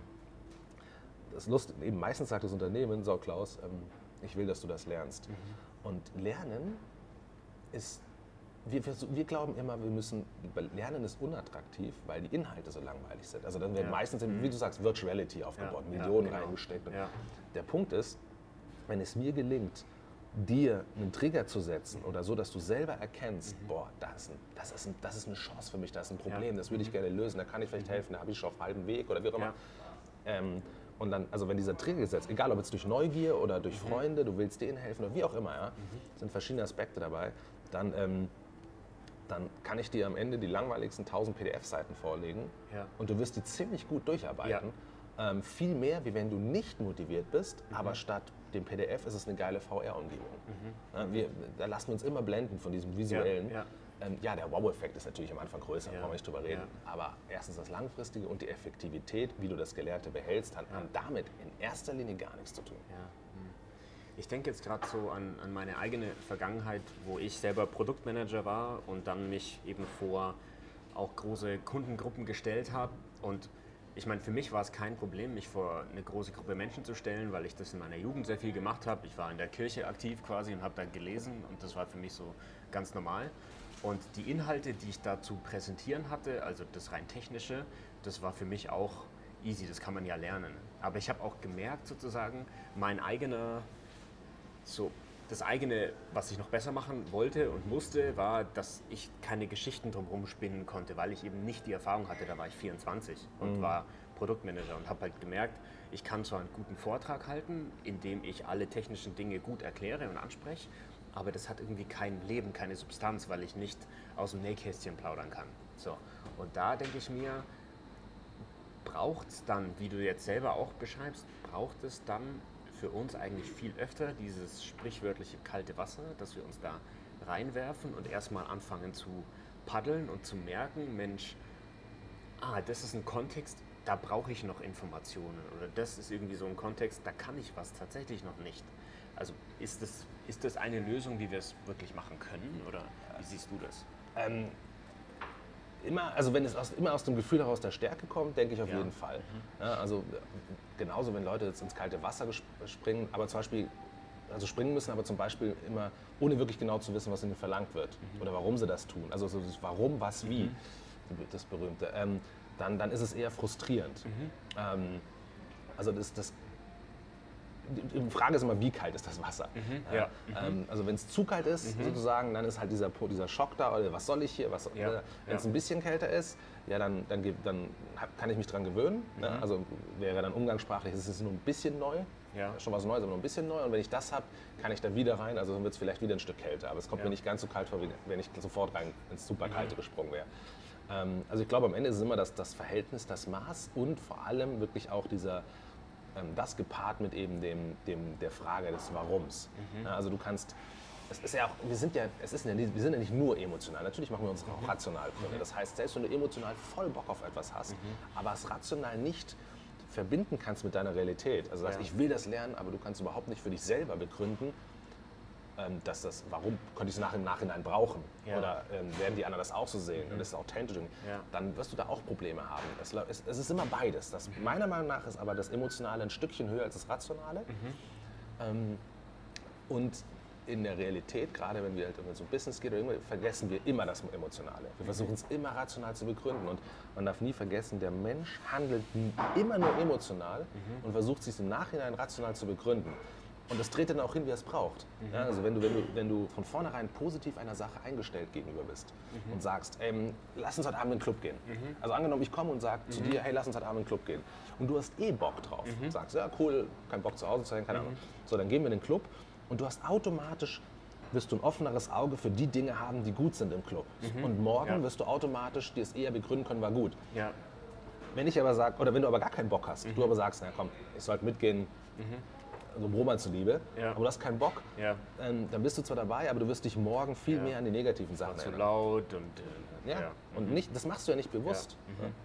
das Lust, eben meistens sagt das Unternehmen, so Klaus, ähm, ich will, dass du das lernst. Und Lernen ist, wir, wir, wir glauben immer, wir müssen, Lernen ist unattraktiv, weil die Inhalte so langweilig sind. Also dann wird Ja. meistens, wie du sagst, Virtuality aufgebaut, Ja, ja, Millionen genau. reingesteckt. Ja. Der Punkt ist, wenn es mir gelingt, dir einen Trigger zu setzen oder so, dass du selber erkennst, boah, das ist, ein, das, ist ein, das ist eine Chance für mich, das ist ein Problem, Ja. das würde ich gerne lösen, da kann ich vielleicht helfen, da habe ich schon auf halbem Weg oder wie auch immer. Ja. Ähm, und dann, also wenn dieser Trigger gesetzt, egal ob jetzt durch Neugier oder durch Freunde, du willst denen helfen oder wie auch immer, ja, sind verschiedene Aspekte dabei, dann, ähm, dann kann ich dir am Ende die langweiligsten tausend P D F-Seiten vorlegen Ja. und du wirst die ziemlich gut durcharbeiten. Ähm, viel mehr, wie wenn du nicht motiviert bist, Mhm. aber statt dem P D F ist es eine geile V R-Umgebung. Mhm. Ja, wir, da lassen wir uns immer blenden von diesem visuellen. Ja, ja. Ähm, ja, der Wow-Effekt ist natürlich am Anfang größer, Ja, brauchen wir nicht drüber reden. ja. Aber erstens das Langfristige und die Effektivität, wie du das Gelernte behältst, hat haben damit in erster Linie gar nichts zu tun. Ja. hm. Ich denke jetzt gerade so an, an meine eigene Vergangenheit, wo ich selber Produktmanager war und dann mich eben vor auch große Kundengruppen gestellt habe. Und ich meine, für mich war es kein Problem, mich vor eine große Gruppe Menschen zu stellen, weil ich das in meiner Jugend sehr viel gemacht habe. Ich war in der Kirche aktiv quasi und habe dann gelesen und das war für mich so ganz normal. Und die Inhalte, die ich da zu präsentieren hatte, also das rein technische, das war für mich auch easy, das kann man ja lernen. Aber ich habe auch gemerkt sozusagen, mein eigener, so das eigene, was ich noch besser machen wollte und musste, war, dass ich keine Geschichten drumherum spinnen konnte, weil ich eben nicht die Erfahrung hatte, da war ich vierundzwanzig und war Produktmanager und habe halt gemerkt, ich kann zwar einen guten Vortrag halten, in dem ich alle technischen Dinge gut erkläre und anspreche, aber das hat irgendwie kein Leben, keine Substanz, weil ich nicht aus dem Nähkästchen plaudern kann. So. Und da denke ich mir, braucht es dann, wie du jetzt selber auch beschreibst, braucht es dann für uns eigentlich viel öfter dieses sprichwörtliche kalte Wasser, dass wir uns da reinwerfen und erstmal anfangen zu paddeln und zu merken, Mensch, ah, das ist ein Kontext, da brauche ich noch Informationen oder das ist irgendwie so ein Kontext, da kann ich was tatsächlich noch nicht. Also ist das, ist das eine Lösung, wie wir es wirklich machen können oder wie siehst du das? Ähm, immer, also wenn es aus, immer aus dem Gefühl heraus der Stärke kommt, denke ich auf Ja. jeden Fall. Ja, also genauso, wenn Leute jetzt ins kalte Wasser gesp- springen, aber zum Beispiel, also springen müssen, aber zum Beispiel immer, ohne wirklich genau zu wissen, was ihnen verlangt wird oder warum sie das tun. Also so das Warum, was, wie, das Berühmte. Ähm, dann, dann ist es eher frustrierend. Ähm, also das, das die die Frage ist immer, wie kalt ist das Wasser? Mhm, ja. Ähm, also wenn es zu kalt ist, sozusagen, dann ist halt dieser, dieser Schock da, oder was soll ich hier? Was, Ja, äh, wenn es ja. ein bisschen kälter ist, ja, dann, dann, ge- dann hab, kann ich mich dran gewöhnen. Ne? Also wäre dann umgangssprachlich, es ist nur ein bisschen neu, Ja. schon was Neues, aber nur ein bisschen neu. Und wenn ich das habe, kann ich da wieder rein, also dann wird es vielleicht wieder ein Stück kälter. Aber es kommt Ja. mir nicht ganz so kalt vor, wie wenn ich sofort rein ins Superkalte gesprungen wäre. Ähm, also ich glaube, am Ende ist es immer das, das Verhältnis, das Maß und vor allem wirklich auch dieser das gepaart mit eben dem, dem, der Frage des Warums. Ja, also du kannst, es ist ja auch, wir sind ja, es ist ja nicht, wir sind ja nicht nur emotional, natürlich machen wir uns auch rational Gründe. Das heißt, selbst wenn du emotional voll Bock auf etwas hast, aber es rational nicht verbinden kannst mit deiner Realität, also sagst, Ja. ich will das lernen, aber du kannst überhaupt nicht für dich selber begründen, ähm, dass das, warum könnte ich es nach im Nachhinein brauchen? Ja. Oder ähm, werden die anderen das auch so sehen? Und das ist authentisch. Ja. Dann wirst du da auch Probleme haben. Es, la- es, es ist immer beides. Das, meiner Meinung nach ist aber das Emotionale ein Stückchen höher als das Rationale. Ähm, und in der Realität, gerade wenn wir halt irgendwie so Business geht, oder irgendwie, vergessen wir immer das Emotionale. Wir versuchen es immer rational zu begründen. Und man darf nie vergessen, der Mensch handelt n- immer nur emotional und versucht sich im Nachhinein rational zu begründen. Und das dreht dann auch hin, wie er es braucht. Ja, also wenn du, wenn, du, wenn du von vornherein positiv einer Sache eingestellt gegenüber bist und sagst, ähm, lass uns heute Abend in den Club gehen. Also angenommen, ich komme und sage zu dir, hey, lass uns heute Abend in den Club gehen. Und du hast eh Bock drauf. Sagst, ja cool, kein Bock zu Hause zu sein, keine Ahnung. So, dann gehen wir in den Club und du hast automatisch, wirst du ein offeneres Auge für die Dinge haben, die gut sind im Club. Und morgen Ja. wirst du automatisch dir es eher begründen können, war gut. Ja. Wenn ich aber sage, oder wenn du aber gar keinen Bock hast, du aber sagst, na komm, ich sollte mitgehen, so Roma zuliebe, Ja. aber du hast keinen Bock, Ja. ähm, dann bist du zwar dabei, aber du wirst dich morgen viel Ja. mehr an die negativen Sachen Zu erinnern. laut und äh, Ja. Und nicht, das machst du ja nicht bewusst.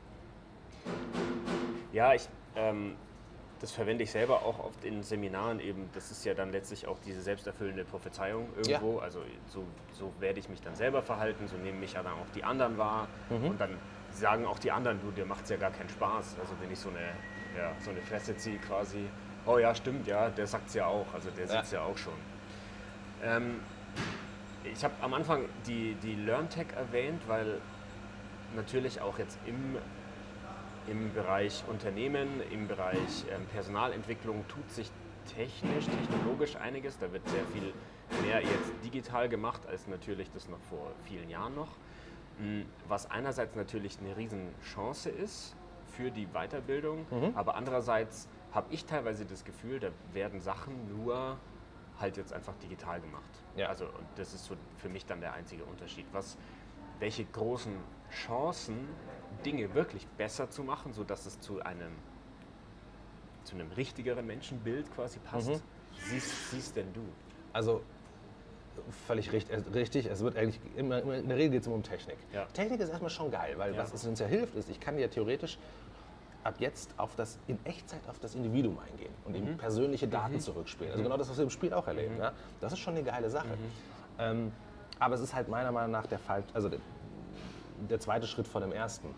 Ja, ich, ähm, das verwende ich selber auch oft in Seminaren eben. Das ist ja dann letztlich auch diese selbsterfüllende Prophezeiung irgendwo. Also so, so werde ich mich dann selber verhalten, so nehmen mich ja dann auch die anderen wahr. Und dann sagen auch die anderen, du, dir macht es ja gar keinen Spaß. Also wenn ich so eine, ja, so eine Fresse ziehe quasi, oh ja, stimmt, ja, der sagt es ja auch, also der sieht es ja auch schon. Ähm, ich habe am Anfang die, die LearnTech erwähnt, weil natürlich auch jetzt im Im Bereich Unternehmen, im Bereich ähm, Personalentwicklung tut sich technisch, technologisch einiges. Da wird sehr viel mehr jetzt digital gemacht, als natürlich das noch vor vielen Jahren noch. Mm, Was einerseits natürlich eine Riesenchance ist für die Weiterbildung, aber andererseits habe ich teilweise das Gefühl, da werden Sachen nur halt jetzt einfach digital gemacht. Ja. Also und das ist so für mich dann der einzige Unterschied. Was, welche großen Chancen, Dinge wirklich besser zu machen, sodass es zu einem zu einem richtigeren Menschenbild quasi passt. Mhm. Siehst, siehst denn du? Also völlig richtig, richtig. Es wird eigentlich immer, immer in der Regel geht es immer um Technik. Ja. Technik ist erstmal schon geil, weil Ja. was es uns ja hilft, ist, ich kann ja theoretisch ab jetzt auf das, in Echtzeit auf das Individuum eingehen und ihm persönliche Daten Mhm. zurückspielen. Also genau das, was wir im Spiel auch erleben. Mhm. Ja? Das ist schon eine geile Sache. Mhm. Ähm, aber es ist halt meiner Meinung nach der Fall, also der, der zweite Schritt vor dem ersten.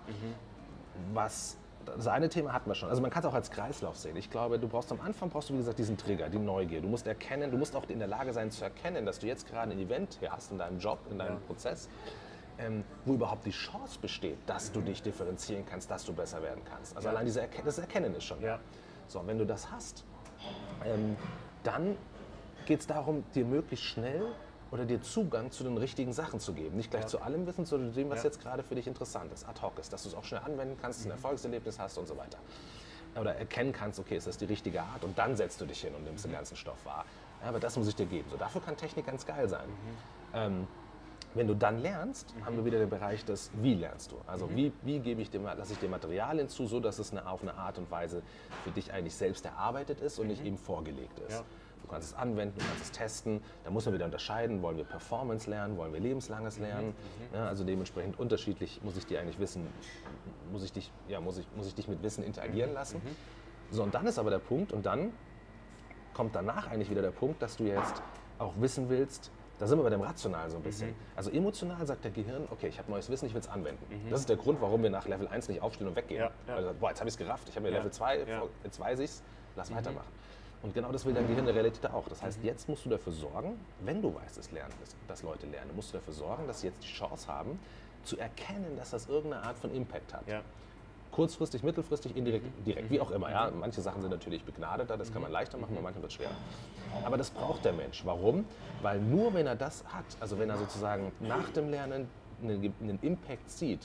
Mhm. Was das eine Thema hatten wir schon. Also man kann es auch als Kreislauf sehen. Ich glaube, du brauchst am Anfang brauchst du wie gesagt diesen Trigger, die Neugier. Du musst erkennen, du musst auch in der Lage sein zu erkennen, dass du jetzt gerade ein Event hier hast in deinem Job, in deinem Ja. Prozess, ähm, wo überhaupt die Chance besteht, dass du dich differenzieren kannst, dass du besser werden kannst. Also Ja. allein diese Erken das Erkennen ist schon. Ja. So, wenn du das hast, ähm, dann geht es darum, dir möglichst schnell oder dir Zugang zu den richtigen Sachen zu geben. Nicht gleich Ja. zu allem Wissen, sondern zu dem, was Ja. jetzt gerade für dich interessant ist, ad hoc ist, dass du es auch schnell anwenden kannst, ein Erfolgserlebnis hast und so weiter. Oder erkennen kannst, okay, ist das die richtige Art und dann setzt du dich hin und nimmst den ganzen Stoff wahr. Ja, aber das muss ich dir geben. So, dafür kann Technik ganz geil sein. Ähm, wenn du dann lernst, haben wir wieder den Bereich des Wie lernst du. Also wie, wie gebe ich dir, lasse ich dir Material hinzu, so dass es eine, auf eine Art und Weise für dich eigentlich selbst erarbeitet ist und nicht eben vorgelegt ist. Ja. Du kannst es anwenden, du kannst es testen. Da muss man wieder unterscheiden, wollen wir Performance lernen, wollen wir lebenslanges lernen. Ja, also dementsprechend unterschiedlich muss ich dir eigentlich wissen, muss ich dich, ja, muss ich, muss ich dich mit Wissen interagieren lassen. So, und dann ist aber der Punkt, und dann kommt danach eigentlich wieder der Punkt, dass du jetzt auch wissen willst, da sind wir bei dem Rationalen so ein bisschen. Also emotional sagt der Gehirn, okay, ich habe neues Wissen, ich will es anwenden. Das ist der Grund, warum wir nach Level eins nicht aufstehen und weggehen. Ja, ja. Also, boah, jetzt habe ich es gerafft, ich habe mir Ja, Level zwei, ja. jetzt weiß ich es, lass weitermachen. Und genau das will dein Gehirn in der Realität auch. Das heißt, jetzt musst du dafür sorgen, wenn du weißt, dass, lernen, dass, dass Leute lernen, musst du dafür sorgen, dass sie jetzt die Chance haben, zu erkennen, dass das irgendeine Art von Impact hat. Ja. Kurzfristig, mittelfristig, indirekt, direkt, wie auch immer. Ja? Manche Sachen sind natürlich begnadeter, das kann man leichter machen, bei manchen wird es schwerer. Aber das braucht der Mensch. Warum? Weil nur wenn er das hat, also wenn er sozusagen nach dem Lernen einen, einen Impact sieht,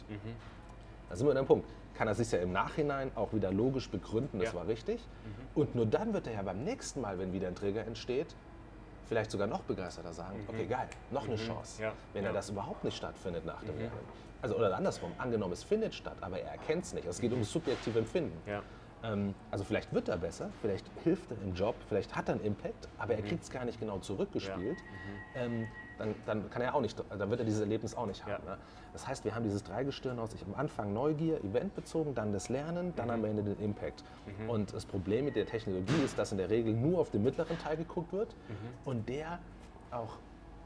da sind wir an einem Punkt, kann er sich ja im Nachhinein auch wieder logisch begründen, das Ja. war richtig. Und nur dann wird er ja beim nächsten Mal, wenn wieder ein Trigger entsteht, vielleicht sogar noch begeisterter sagen, okay, geil, noch eine Chance. Ja. Wenn Ja. er das überhaupt nicht stattfindet nach dem Lernen. Also oder andersrum, angenommen es findet statt, aber er erkennt es nicht. Es geht um das subjektive Empfinden. Ja. Ähm, also vielleicht wird er besser, vielleicht hilft er im Job, vielleicht hat er einen Impact, aber er kriegt es gar nicht genau zurückgespielt. Ähm, dann, dann kann er auch nicht, dann wird er dieses Erlebnis auch nicht haben. Ja. Ne? Das heißt, wir haben dieses Dreigestirn aus, ich am Anfang Neugier, eventbezogen, dann das Lernen, dann am Ende den Impact. Und das Problem mit der Technologie ist, dass in der Regel nur auf den mittleren Teil geguckt wird und der auch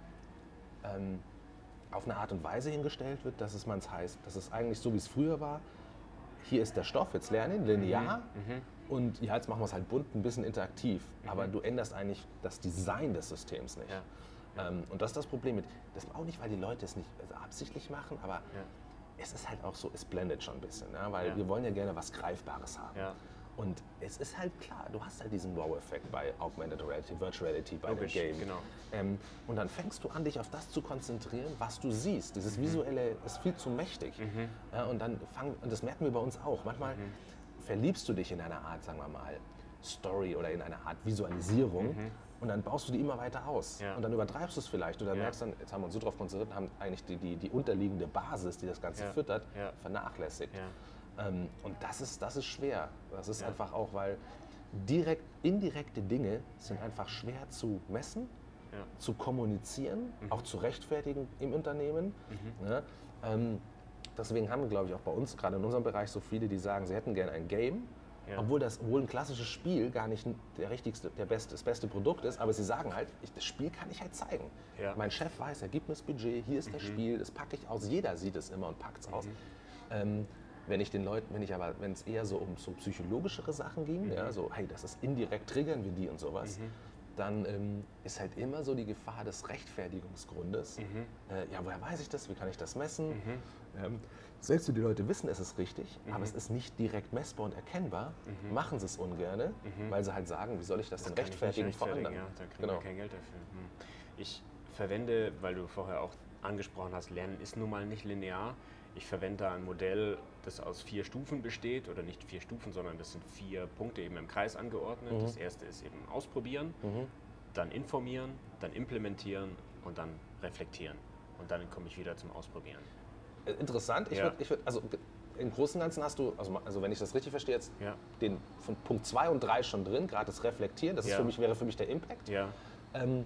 ähm, auf eine Art und Weise hingestellt wird, dass es man es heißt, dass es eigentlich so wie es früher war, hier ist der Stoff, jetzt lernen, linear und ja, jetzt machen wir es halt bunt, ein bisschen interaktiv, aber du änderst eigentlich das Design des Systems nicht. Ja. Ähm, und das ist das Problem mit, das auch nicht, weil die Leute es nicht also absichtlich machen, aber es ist halt auch so, es blendet schon ein bisschen, ne? Weil Ja. wir wollen ja gerne was Greifbares haben. Ja. Und es ist halt klar, du hast halt diesen Wow-Effekt bei Augmented Reality, Virtual Reality, bei Logisch, dem Game. genau. Ähm, und dann fängst du an, dich auf das zu konzentrieren, was du siehst. Dieses Visuelle ist viel zu mächtig. Ja, und dann fang, und das merken wir bei uns auch. Manchmal verliebst du dich in eine Art, sagen wir mal, Story oder in eine Art Visualisierung und dann baust du die immer weiter aus. Ja. Und dann übertreibst du es vielleicht. Oder Ja. merkst dann, jetzt haben wir uns so drauf konzentriert, haben eigentlich die, die, die unterliegende Basis, die das Ganze Ja. füttert, Ja. vernachlässigt. Ja. Ähm, und das ist, das ist schwer. Das ist Ja. einfach auch, weil direkt, indirekte Dinge sind einfach schwer zu messen, Ja. zu kommunizieren, auch zu rechtfertigen im Unternehmen. Ne? Ähm, deswegen haben wir, glaube ich, auch bei uns, gerade in unserem Bereich, so viele, die sagen, sie hätten gerne ein Game, Ja. obwohl, das, obwohl ein klassisches Spiel gar nicht der richtigste, der beste, das beste Produkt ist, aber sie sagen halt, ich, das Spiel kann ich halt zeigen. Ja. Mein Chef weiß, er gibt mir das Budget, hier ist das Spiel, das packe ich aus, jeder sieht es immer und packt es aus. Ähm, wenn ich den Leuten, wenn ich aber, wenn es eher so um so psychologischere Sachen ging, ja, so, hey, das ist indirekt, triggern wir die und sowas, dann ähm, ist halt immer so die Gefahr des Rechtfertigungsgrundes. Äh, ja, woher weiß ich das? Wie kann ich das messen? Ähm, selbst wenn die Leute wissen, es ist richtig, aber es ist nicht direkt messbar und erkennbar, machen sie es ungerne, weil sie halt sagen, wie soll ich das, denn Kann ich nicht rechtfertigen vor rechtfertigen, anderen? Ja, da kriegen Genau. wir kein Geld dafür. Hm. Ich verwende, weil du vorher auch angesprochen hast, Lernen ist nun mal nicht linear. Ich verwende da ein Modell, das aus vier Stufen besteht, oder nicht vier Stufen, sondern das sind vier Punkte eben im Kreis angeordnet. Das erste ist eben ausprobieren, dann informieren, dann implementieren und dann reflektieren. Und dann komme ich wieder zum Ausprobieren. Äh, Interessant. Ich Ja. würde, ich würd, also im Großen und Ganzen hast du, also, also wenn ich das richtig verstehe, jetzt Ja. den von Punkt zwei und drei schon drin, gerade das Reflektieren, das ist Ja. für mich, wäre für mich der Impact. Ja. Ähm,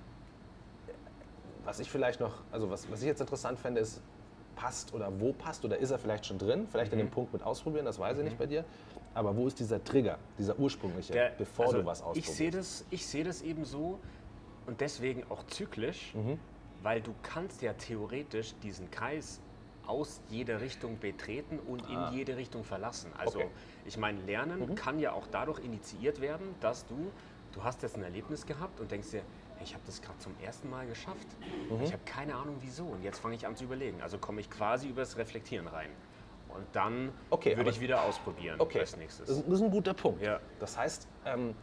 was ich vielleicht noch, also was, was ich jetzt interessant fände, ist, passt oder wo passt oder ist er vielleicht schon drin? Vielleicht Mhm. in dem Punkt mit ausprobieren, das weiß ich nicht bei dir. Aber wo ist dieser Trigger, dieser ursprüngliche, Der- bevor also du was ausprobierst? Ich sehe das, ich sehe das eben so und deswegen auch zyklisch, Mhm. weil du kannst ja theoretisch diesen Kreis aus jeder Richtung betreten und Ah. in jede Richtung verlassen. Also Okay. ich meine, Lernen Mhm. kann ja auch dadurch initiiert werden, dass du, du hast jetzt ein Erlebnis gehabt und denkst dir, hey, ich habe das gerade zum ersten Mal geschafft. Mhm. Ich habe keine Ahnung wieso und jetzt fange ich an zu überlegen. Also komme ich quasi übers Reflektieren rein. Und dann Okay, würde aber- ich wieder ausprobieren Okay, als das nächstes. ist, das ist ein guter Punkt. Ja. Das heißt, ähm,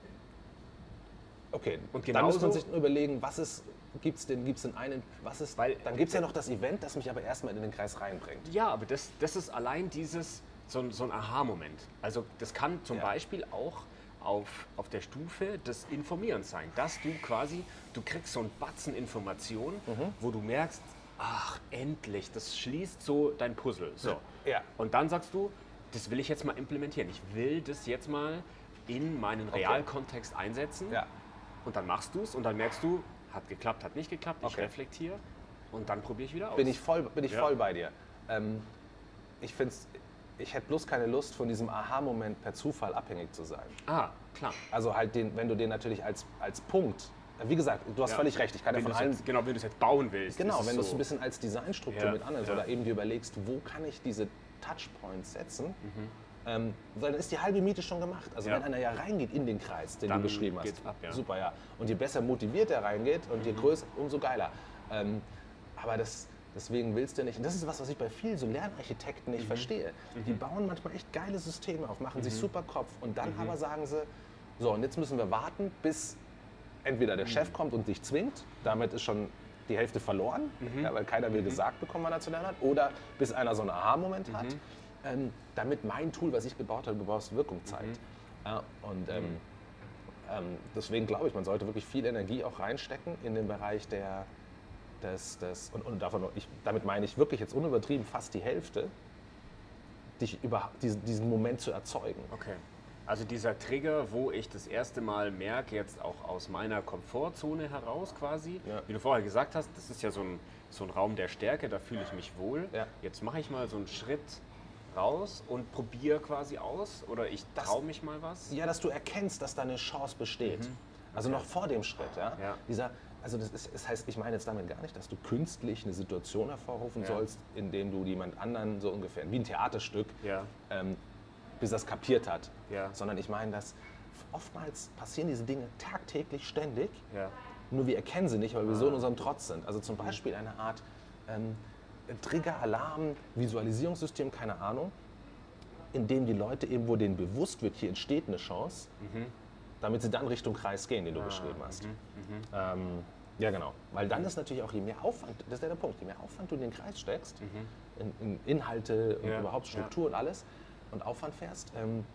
okay, Und dann muss man genauso- sich nur überlegen, was ist, gibt es denn, gibt's denn einen, was ist, Weil- dann gibt es ja noch das Event, das mich aber erstmal in den Kreis reinbringt. Ja, aber das, das ist allein dieses, so, ein- so ein Aha-Moment. Also das kann zum Ja. Beispiel auch auf, auf der Stufe des Informierens sein, dass du quasi, du kriegst so einen Batzen Information, Mhm. wo du merkst, ach, endlich, das schließt so dein Puzzle. So. Ja. Und dann sagst du, das will ich jetzt mal implementieren. Ich will das jetzt mal in meinen Realkontext einsetzen. Ja. Und dann machst du es und dann merkst du, hat geklappt, hat nicht geklappt, ich Okay. reflektiere und dann probiere ich wieder aus. Bin ich voll, bin ich Ja. voll bei dir. Ähm, ich find's, ich hätte bloß keine Lust, von diesem Aha-Moment per Zufall abhängig zu sein. Ah, klar. Also halt, den, wenn du den natürlich als, als Punkt, äh, wie gesagt, du hast Ja. völlig recht, ich kann ja Wenn von du's allen, jetzt, genau, wenn du es jetzt bauen willst. genau, ist wenn es du es so. ein bisschen als Designstruktur Ja, mit annimmst ja. oder eben dir überlegst, wo kann ich diese Touchpoints setzen, Mhm. ähm, weil dann ist die halbe Miete schon gemacht. Also Ja. wenn einer ja reingeht in den Kreis, den Dann du beschrieben hast, geht's ab, ja. Mhm. super, ja. Und je besser motiviert er reingeht und je größer, umso geiler. Ähm, aber das, deswegen willst du nicht, und das ist was, was ich bei vielen so Lernarchitekten Mhm. nicht verstehe. Die bauen manchmal echt geile Systeme auf, machen sich super Kopf und dann Mhm. aber sagen sie, so und jetzt müssen wir warten, bis entweder Mhm. der Chef kommt und dich zwingt, damit ist schon die Hälfte verloren, Mhm. ja, weil keiner will gesagt bekommen, wann er zu lernen hat, oder bis einer so einen Aha-Moment Mhm. hat, ähm, damit mein Tool, was ich gebaut habe, gebaut Wirkung Mhm. zeigt. Ja, und ähm, ähm, deswegen glaube ich, man sollte wirklich viel Energie auch reinstecken in den Bereich der, des, des und, und davon, ich, damit meine ich wirklich jetzt unübertrieben fast die Hälfte, dich über diesen, diesen Moment zu erzeugen. Okay. Also dieser Trigger, wo ich das erste Mal merke, jetzt auch aus meiner Komfortzone heraus quasi, Ja. wie du vorher gesagt hast, das ist ja so ein, so ein Raum der Stärke, da fühle ich mich wohl. Ja. Jetzt mache ich mal so einen Schritt raus und probiere quasi aus oder ich Das- traue mich mal was. Ja, dass du erkennst, dass da eine Chance besteht. Also noch vor dem Schritt. Ja? Ja. Dieser, also das, ist, das heißt, ich meine jetzt damit gar nicht, dass du künstlich eine Situation hervorrufen Ja. sollst, in dem du jemand anderen so ungefähr, wie ein Theaterstück, Ja. ähm, bis er es kapiert hat. Ja. Sondern ich meine, dass oftmals passieren diese Dinge tagtäglich, ständig, Ja. nur wir erkennen sie nicht, weil wir so in unserem Trotz sind. Also zum Beispiel eine Art ähm, Trigger, Alarm, Visualisierungssystem, keine Ahnung, in dem die Leute eben, wo denen bewusst wird, hier entsteht eine Chance, damit sie dann Richtung Kreis gehen, den du beschrieben hast. Ähm, ja, genau. Weil dann ist natürlich auch, je mehr Aufwand, das ist ja der Punkt, je mehr Aufwand du in den Kreis steckst, in, in Inhalte und Ja, überhaupt Struktur und alles und Aufwand fährst, ähm,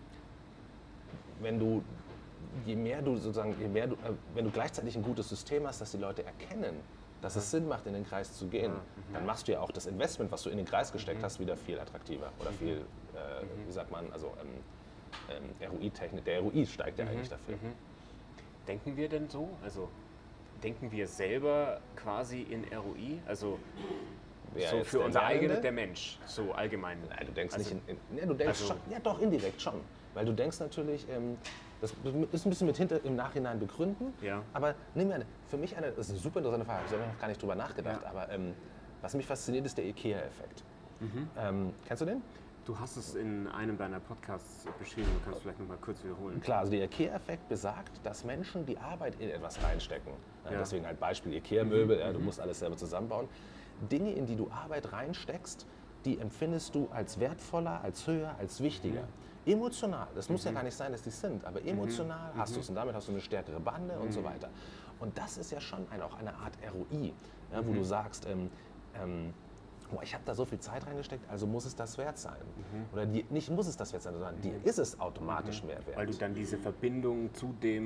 wenn du, je mehr du sozusagen, je mehr du, äh, wenn du gleichzeitig ein gutes System hast, dass die Leute erkennen, dass es Sinn macht, in den Kreis zu gehen, dann machst du ja auch das Investment, was du in den Kreis gesteckt hast, wieder viel attraktiver oder viel, äh, wie sagt man, also ähm, ähm, R O I-Technik, der R O I steigt ja eigentlich dafür. Denken wir denn so? Also denken wir selber quasi in R O I? Also Wer so jetzt für der unser Lernende? eigenes, der Mensch, so allgemein. Nein, du denkst Also- nicht in, in ja, du denkst also- schon, ja doch, indirekt schon. Weil du denkst natürlich, ähm, das ist ein bisschen mit hinter, im Nachhinein begründen, Ja. aber nimm mir eine, für mich eine, das ist eine super interessante Frage, ich habe noch gar nicht drüber nachgedacht, Ja. aber ähm, was mich fasziniert, ist der IKEA-Effekt. Mhm. Ähm, kennst du den? Du hast es in einem deiner Podcasts beschrieben, du kannst vielleicht noch mal kurz wiederholen. Klar, also der IKEA-Effekt besagt, dass Menschen die Arbeit in etwas reinstecken. Ja, Ja. Deswegen halt Beispiel IKEA-Möbel, ja, du musst alles selber zusammenbauen. Dinge, in die du Arbeit reinsteckst, die empfindest du als wertvoller, als höher, als wichtiger. Emotional, das muss ja gar nicht sein, dass die sind, aber emotional hast du es und damit hast du eine stärkere Bande und so weiter. Und das ist ja schon ein, auch eine Art R O I, ja, wo du sagst, ähm, ähm, boah, ich habe da so viel Zeit reingesteckt, also muss es das wert sein. Oder die, nicht muss es das wert sein, sondern dir ist es automatisch mehr wert. Weil du dann diese Verbindung zu dem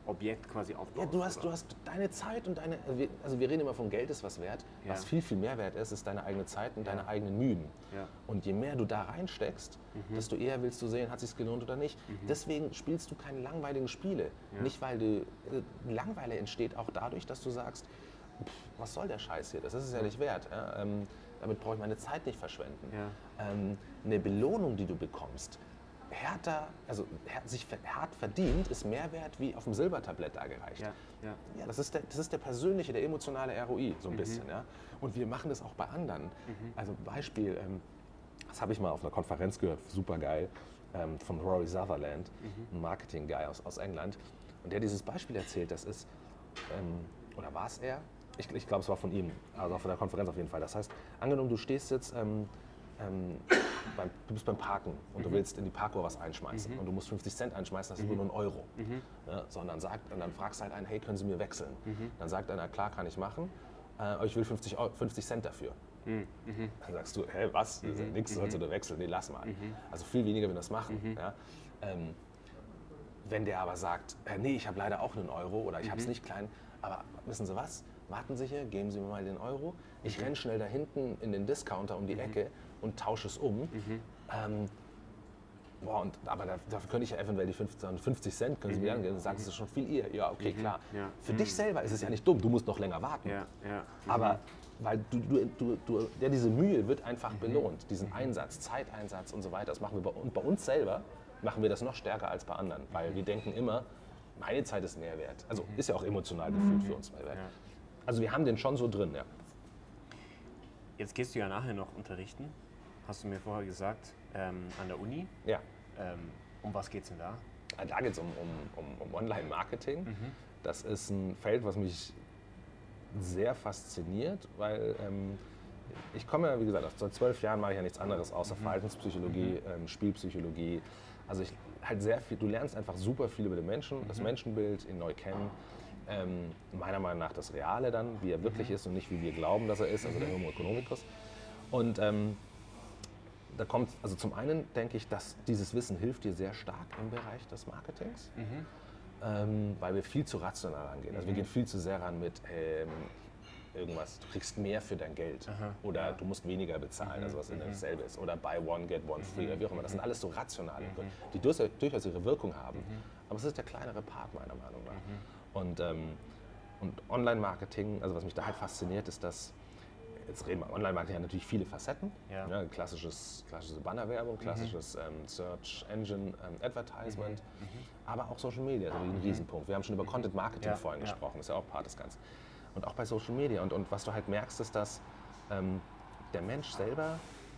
Objekt quasi aufbaust. Ja, du hast, oder? du hast deine Zeit und deine, also wir, also wir reden immer von Geld ist was wert. Ja. Was viel, viel mehr wert ist, ist deine eigene Zeit und Ja. deine eigenen Mühen. Ja. Und je mehr du da reinsteckst, Mhm. desto eher willst du sehen, hat es sich gelohnt oder nicht. Deswegen spielst du keine langweiligen Spiele. Ja. Nicht, weil du, äh, Langeweile entsteht auch dadurch, dass du sagst, pff, was soll der Scheiß hier, das ist es ja nicht wert. Ja? Ähm, damit brauche ich meine Zeit nicht verschwenden. Ja. Ähm, eine Belohnung, die du bekommst, härter, also her- sich ver- hart verdient, ist mehr wert wie auf dem Silbertablett da gereicht. Ja. Ja. Ja, das ist, der, das ist der persönliche, der emotionale R O I, so Mhm. ein bisschen. Ja? Und wir machen das auch bei anderen. Also Beispiel, ähm, das habe ich mal auf einer Konferenz gehört, super geil, ähm, von Rory Sutherland, Mhm. ein Marketing-Guy aus, aus England. Und der dieses Beispiel erzählt, das ist, ähm, oder war es er? Ich, ich glaube, es war von ihm, also auf der Konferenz auf jeden Fall. Das heißt, angenommen, du stehst jetzt, ähm, ähm, beim, du bist beim Parken und du willst in die Parkuhr was einschmeißen und du musst fünfzig Cent einschmeißen, das ist nur ein Euro. Ja, sondern sagt, und dann fragst du halt einen, hey, können Sie mir wechseln? Dann sagt einer, klar, kann ich machen, äh, aber ich will fünfzig, Euro, fünfzig Cent dafür. Dann sagst du, hä, was? Das ist ja nichts, sollst du wechseln? Nee, lass mal. Also viel weniger, wenn wir das machen. Ja? Ähm, wenn der aber sagt, äh, nee, ich habe leider auch einen Euro oder ich habe es nicht klein, aber wissen Sie was? Warten Sie hier, geben Sie mir mal den Euro. Ich renne schnell da hinten in den Discounter um die Ecke und tausche es um. Ähm, boah, und, aber da, dafür könnte ich ja eventuell die fünfzig, fünfzig Cent, können Sie mir angeben, dann sagen Sie, das ist schon viel ihr. Ja, okay, klar. Ja. Für dich selber ist es ja nicht dumm, du musst noch länger warten. Ja. Ja. Aber weil du, du, du, du, ja, diese Mühe wird einfach belohnt, diesen Einsatz, Zeiteinsatz und so weiter. Das machen wir bei, und bei uns selber machen wir das noch stärker als bei anderen, weil wir denken immer, meine Zeit ist mehr wert. Also ist ja auch emotional gefühlt für uns mehr wert. Ja. Also wir haben den schon so drin, ja. Jetzt gehst du ja nachher noch unterrichten, hast du mir vorher gesagt, ähm, an der Uni. Ja. Ähm, um was geht's denn da? Da geht es um, um, um, um Online-Marketing. Das ist ein Feld, was mich sehr fasziniert, weil ähm, ich komme ja, wie gesagt, seit zwölf Jahren mache ich ja nichts anderes außer Verhaltenspsychologie, ähm, Spielpsychologie. Also ich halt sehr viel, du lernst einfach super viel über den Menschen, das Menschenbild, ihn neu kennen. Ähm, meiner Meinung nach das Reale dann, wie er wirklich ist und nicht wie wir glauben, dass er ist, also der Homo economicus. Und ähm, da kommt, also zum einen denke ich, dass dieses Wissen hilft dir sehr stark im Bereich des Marketings, ähm, weil wir viel zu rational rangehen. Also wir gehen viel zu sehr ran mit ähm, irgendwas, du kriegst mehr für dein Geld oder du musst weniger bezahlen, also was in dasselbe ist. Oder buy one, get one free, oder wie auch immer. Das sind alles so rationale Gründe, die durchaus, durchaus ihre Wirkung haben. Aber es ist der kleinere Part meiner Meinung nach. Und, ähm, und Online-Marketing, also was mich da halt fasziniert, ist, dass, jetzt reden wir, Online-Marketing hat natürlich viele Facetten. Ja. Ja, klassisches, klassische Bannerwerbung, klassisches ähm, Search Engine ähm, Advertisement, aber auch Social Media, also ein Riesenpunkt. Wir haben schon über Content Marketing Ja, vorhin ja. gesprochen, ist ja auch Part des Ganzen. Und auch bei Social Media. Und, und was du halt merkst, ist, dass ähm, der Mensch selber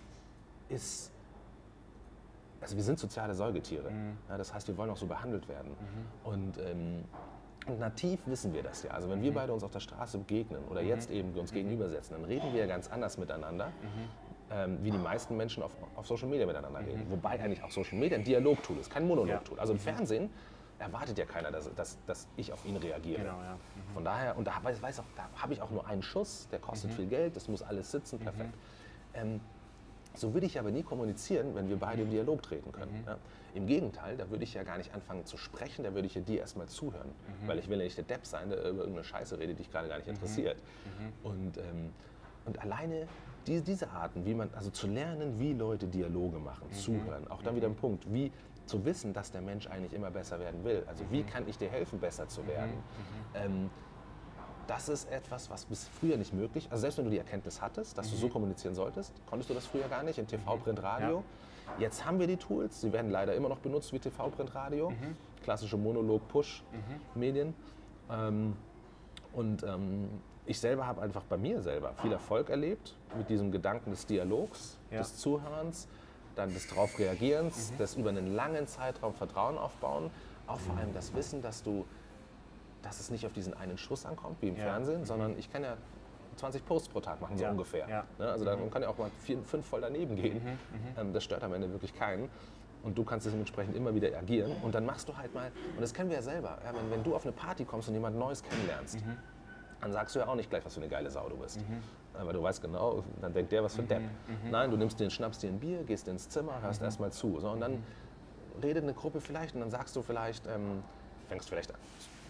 ist, also wir sind soziale Säugetiere. Ja, das heißt, wir wollen auch so behandelt werden. Und, ähm, und nativ wissen wir das ja. Also wenn wir beide uns auf der Straße begegnen oder jetzt eben uns gegenübersetzen, dann reden wir ja ganz anders miteinander, ähm, wie die meisten Menschen auf, auf Social Media miteinander reden. Wobei eigentlich auch Social Media ein Dialogtool ist, kein Monologtool. Also im Fernsehen erwartet ja keiner, dass, dass, dass ich auf ihn reagiere. Genau, ja. Von daher, und da, weiß, weiß auch, da habe ich auch nur einen Schuss, der kostet viel Geld, das muss alles sitzen, perfekt. Ähm, so würde ich aber nie kommunizieren, wenn wir beide im Dialog treten können. Ja? Im Gegenteil, da würde ich ja gar nicht anfangen zu sprechen, da würde ich ja dir erstmal zuhören. Weil ich will ja nicht der Depp sein, der über irgendeine Scheiße redet, die dich gerade gar nicht interessiert. Und, ähm, und alleine die, diese Arten, wie man, also zu lernen, wie Leute Dialoge machen, zuhören, auch dann wieder ein Punkt, wie zu wissen, dass der Mensch eigentlich immer besser werden will. Also wie kann ich dir helfen, besser zu werden? Ähm, das ist etwas, was bis früher nicht möglich, also selbst wenn du die Erkenntnis hattest, dass du so kommunizieren solltest, konntest du das früher gar nicht in T V, Print, Radio. Jetzt haben wir die Tools, sie werden leider immer noch benutzt wie T V, Print, Radio, klassische Monolog-Push-Medien. Ähm, und ähm, ich selber habe einfach bei mir selber viel Erfolg erlebt mit diesem Gedanken des Dialogs, Ja. des Zuhörens, dann des drauf Reagierens, des über einen langen Zeitraum Vertrauen aufbauen, auch vor allem das Wissen, dass du, dass es nicht auf diesen einen Schuss ankommt, wie im Ja. Fernsehen, sondern ich kann ja zwanzig Posts pro Tag machen, so Ja. ungefähr. Ja. Ne? Also da kann ja auch mal vier, fünf voll daneben gehen. Ähm, das stört am Ende wirklich keinen. Und du kannst dementsprechend immer wieder agieren. Und dann machst du halt mal, und das kennen wir ja selber, ja, wenn, wenn du auf eine Party kommst und jemand Neues kennenlernst, dann sagst du ja auch nicht gleich, was für eine geile Sau du bist. Aber du weißt genau, dann denkt der, was für ein Depp. Nein, du nimmst den, schnappst dir ein Bier, gehst ins Zimmer, hörst erstmal zu. So, und dann redet eine Gruppe vielleicht und dann sagst du vielleicht, ähm, fängst vielleicht an.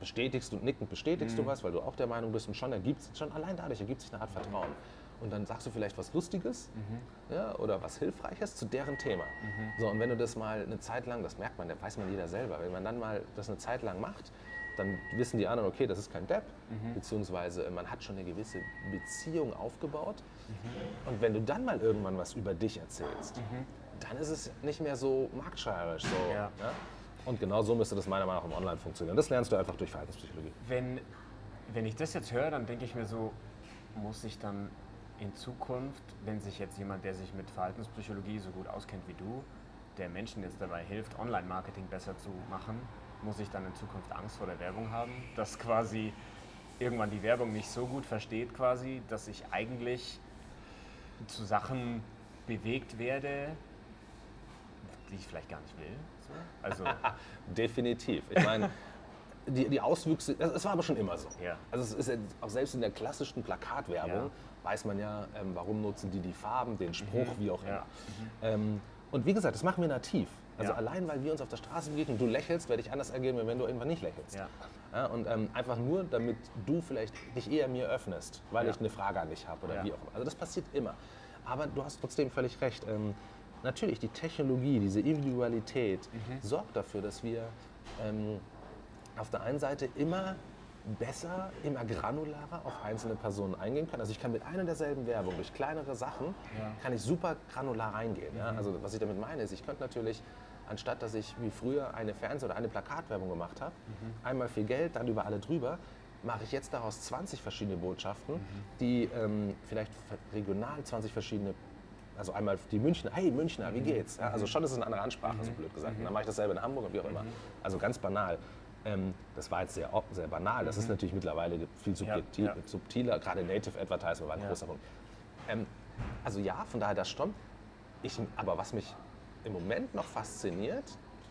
bestätigst du, nickend bestätigst Mhm. du was, weil du auch der Meinung bist und schon ergibt schon allein dadurch ergibt sich eine Art Vertrauen. Und dann sagst du vielleicht was Lustiges Mhm. ja, oder was Hilfreiches zu deren Thema. Mhm. So, und wenn du das mal eine Zeit lang, das merkt man, das weiß man jeder selber, wenn man dann mal das eine Zeit lang macht, dann wissen die anderen, okay, das ist kein Depp, Mhm. beziehungsweise man hat schon eine gewisse Beziehung aufgebaut. Mhm. Und wenn du dann mal irgendwann was über dich erzählst, Mhm. dann ist es nicht mehr so marktschreierisch. So, Ja. ja? Und genau so müsste das meiner Meinung nach im Online funktionieren. Das lernst du einfach durch Verhaltenspsychologie. Wenn, wenn ich das jetzt höre, dann denke ich mir so, muss ich dann in Zukunft, wenn sich jetzt jemand, der sich mit Verhaltenspsychologie so gut auskennt wie du, der Menschen jetzt dabei hilft, Online-Marketing besser zu machen, muss ich dann in Zukunft Angst vor der Werbung haben, dass quasi irgendwann die Werbung mich so gut versteht quasi, dass ich eigentlich zu Sachen bewegt werde, die ich vielleicht gar nicht will. So. Also, Definitiv. Ich meine, die, die Auswüchse, das- es war aber schon immer so. Ja. Also es ist ja auch selbst in der klassischen Plakatwerbung, Ja. weiß man ja, ähm, warum nutzen die die Farben, den Spruch, wie auch immer. Ja. Ähm, und wie gesagt, das machen wir nativ. Also Ja. allein, weil wir uns auf der Straße begegnen, du lächelst, werde ich anders ergeben, wenn du irgendwann nicht lächelst. Ja. Ja, und ähm, einfach nur, damit du vielleicht dich eher mir öffnest, weil Ja. ich eine Frage an dich habe oder Ja. wie auch immer. Also das passiert immer. Aber du hast trotzdem völlig recht. Ähm, natürlich, die Technologie, diese Individualität Mhm. sorgt dafür, dass wir ähm, auf der einen Seite immer besser, immer granularer auf einzelne Personen eingehen können. Also ich kann mit einer derselben Werbung durch kleinere Sachen, Ja. kann ich super granular reingehen. Ja? Mhm. Also was ich damit meine ist, ich könnte natürlich, anstatt dass ich wie früher eine Fernseh- oder eine Plakatwerbung gemacht habe, Mhm. einmal viel Geld, dann über alle drüber, mache ich jetzt daraus zwanzig verschiedene Botschaften, Mhm. die ähm, vielleicht regional zwanzig verschiedene, also einmal die Münchner, hey Münchner, wie Mhm. geht's? Ja, also schon ist es eine andere Ansprache, so blöd gesagt. Und dann mache ich dasselbe in Hamburg und wie auch immer. Also ganz banal. Ähm, das war jetzt sehr, ob- sehr banal. Das ist natürlich mittlerweile viel subtil, ja. subtiler. Gerade Native Advertisement war ein Ja. großer Punkt. Ähm, also ja, von daher das stimmt. Ich, aber was mich im Moment noch fasziniert,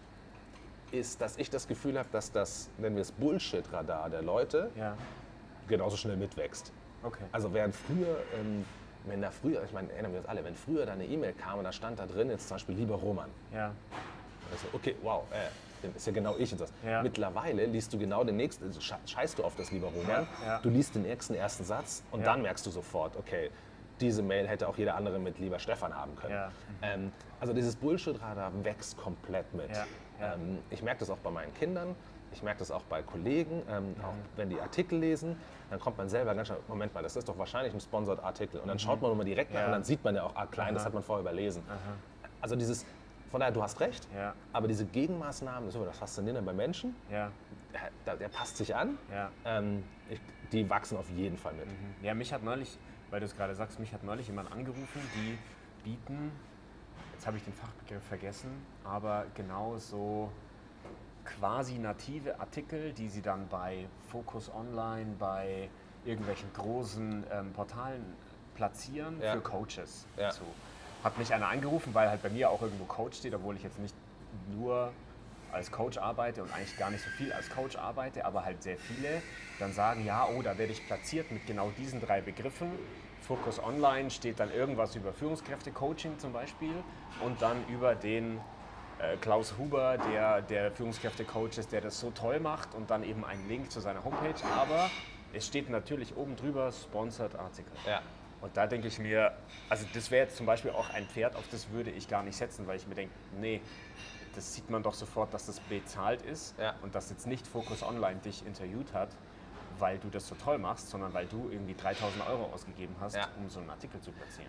ist, dass ich das Gefühl habe, dass das, nennen wir es Bullshit-Radar der Leute, Ja, genauso schnell mitwächst. okay. Also während früher, ähm, wenn da früher, ich meine, erinnern wir uns alle, wenn früher da eine E-Mail kam und da stand da drin, jetzt zum Beispiel lieber Roman. Ja, Also, okay, wow, äh, das ist ja genau ich und das. Ja. Mittlerweile liest du genau den nächsten, also sche- scheißt du auf das lieber Roman, Ja, ja. du liest den nächsten ersten Satz und Ja. dann merkst du sofort, okay, diese Mail hätte auch jeder andere mit lieber Stefan haben können. Ja. Ähm, also dieses Bullshit-Radar wächst komplett mit. Ja, ja. Ähm, ich merke das auch bei meinen Kindern, ich merke das auch bei Kollegen, ähm, Mhm. auch wenn die Artikel lesen, dann kommt man selber ganz schnell, Moment mal, das ist doch wahrscheinlich ein Sponsored Artikel. Und dann schaut man nochmal direkt nach Mhm. Ja. und dann sieht man ja auch, ah klein, das Aha. hat man vorher überlesen. Aha. Also dieses, von daher, du hast recht, Ja. aber diese Gegenmaßnahmen, das ist immer das Faszinierende bei Menschen, Ja, der, der passt sich an, ja. ähm, ich, die wachsen auf jeden Fall mit. Mhm. Ja, mich hat neulich, weil du es gerade sagst, mich hat neulich jemand angerufen, die bieten, jetzt habe ich den Fachbegriff vergessen, aber genau so quasi native Artikel, die sie dann bei Focus Online, bei irgendwelchen großen ähm, Portalen platzieren Ja. für Coaches. Ja. So. Hat mich einer angerufen, weil halt bei mir auch irgendwo Coach steht, obwohl ich jetzt nicht nur als Coach arbeite und eigentlich gar nicht so viel als Coach arbeite, aber halt sehr viele dann sagen, ja, oh, da werde ich platziert mit genau diesen drei Begriffen. Focus Online steht dann irgendwas über Führungskräfte-Coaching zum Beispiel und dann über den äh, Klaus Huber, der, der Führungskräfte-Coach ist, der das so toll macht und dann eben einen Link zu seiner Homepage, aber es steht natürlich oben drüber Sponsored Article. Ja. Und da denke ich mir, also das wäre jetzt zum Beispiel auch ein Pferd, auf das würde ich gar nicht setzen, weil ich mir denke, nee, das sieht man doch sofort, dass das bezahlt ist Ja. und dass jetzt nicht Focus Online dich interviewt hat, weil du das so toll machst, sondern weil du irgendwie dreitausend Euro ausgegeben hast, Ja. um so einen Artikel zu platzieren.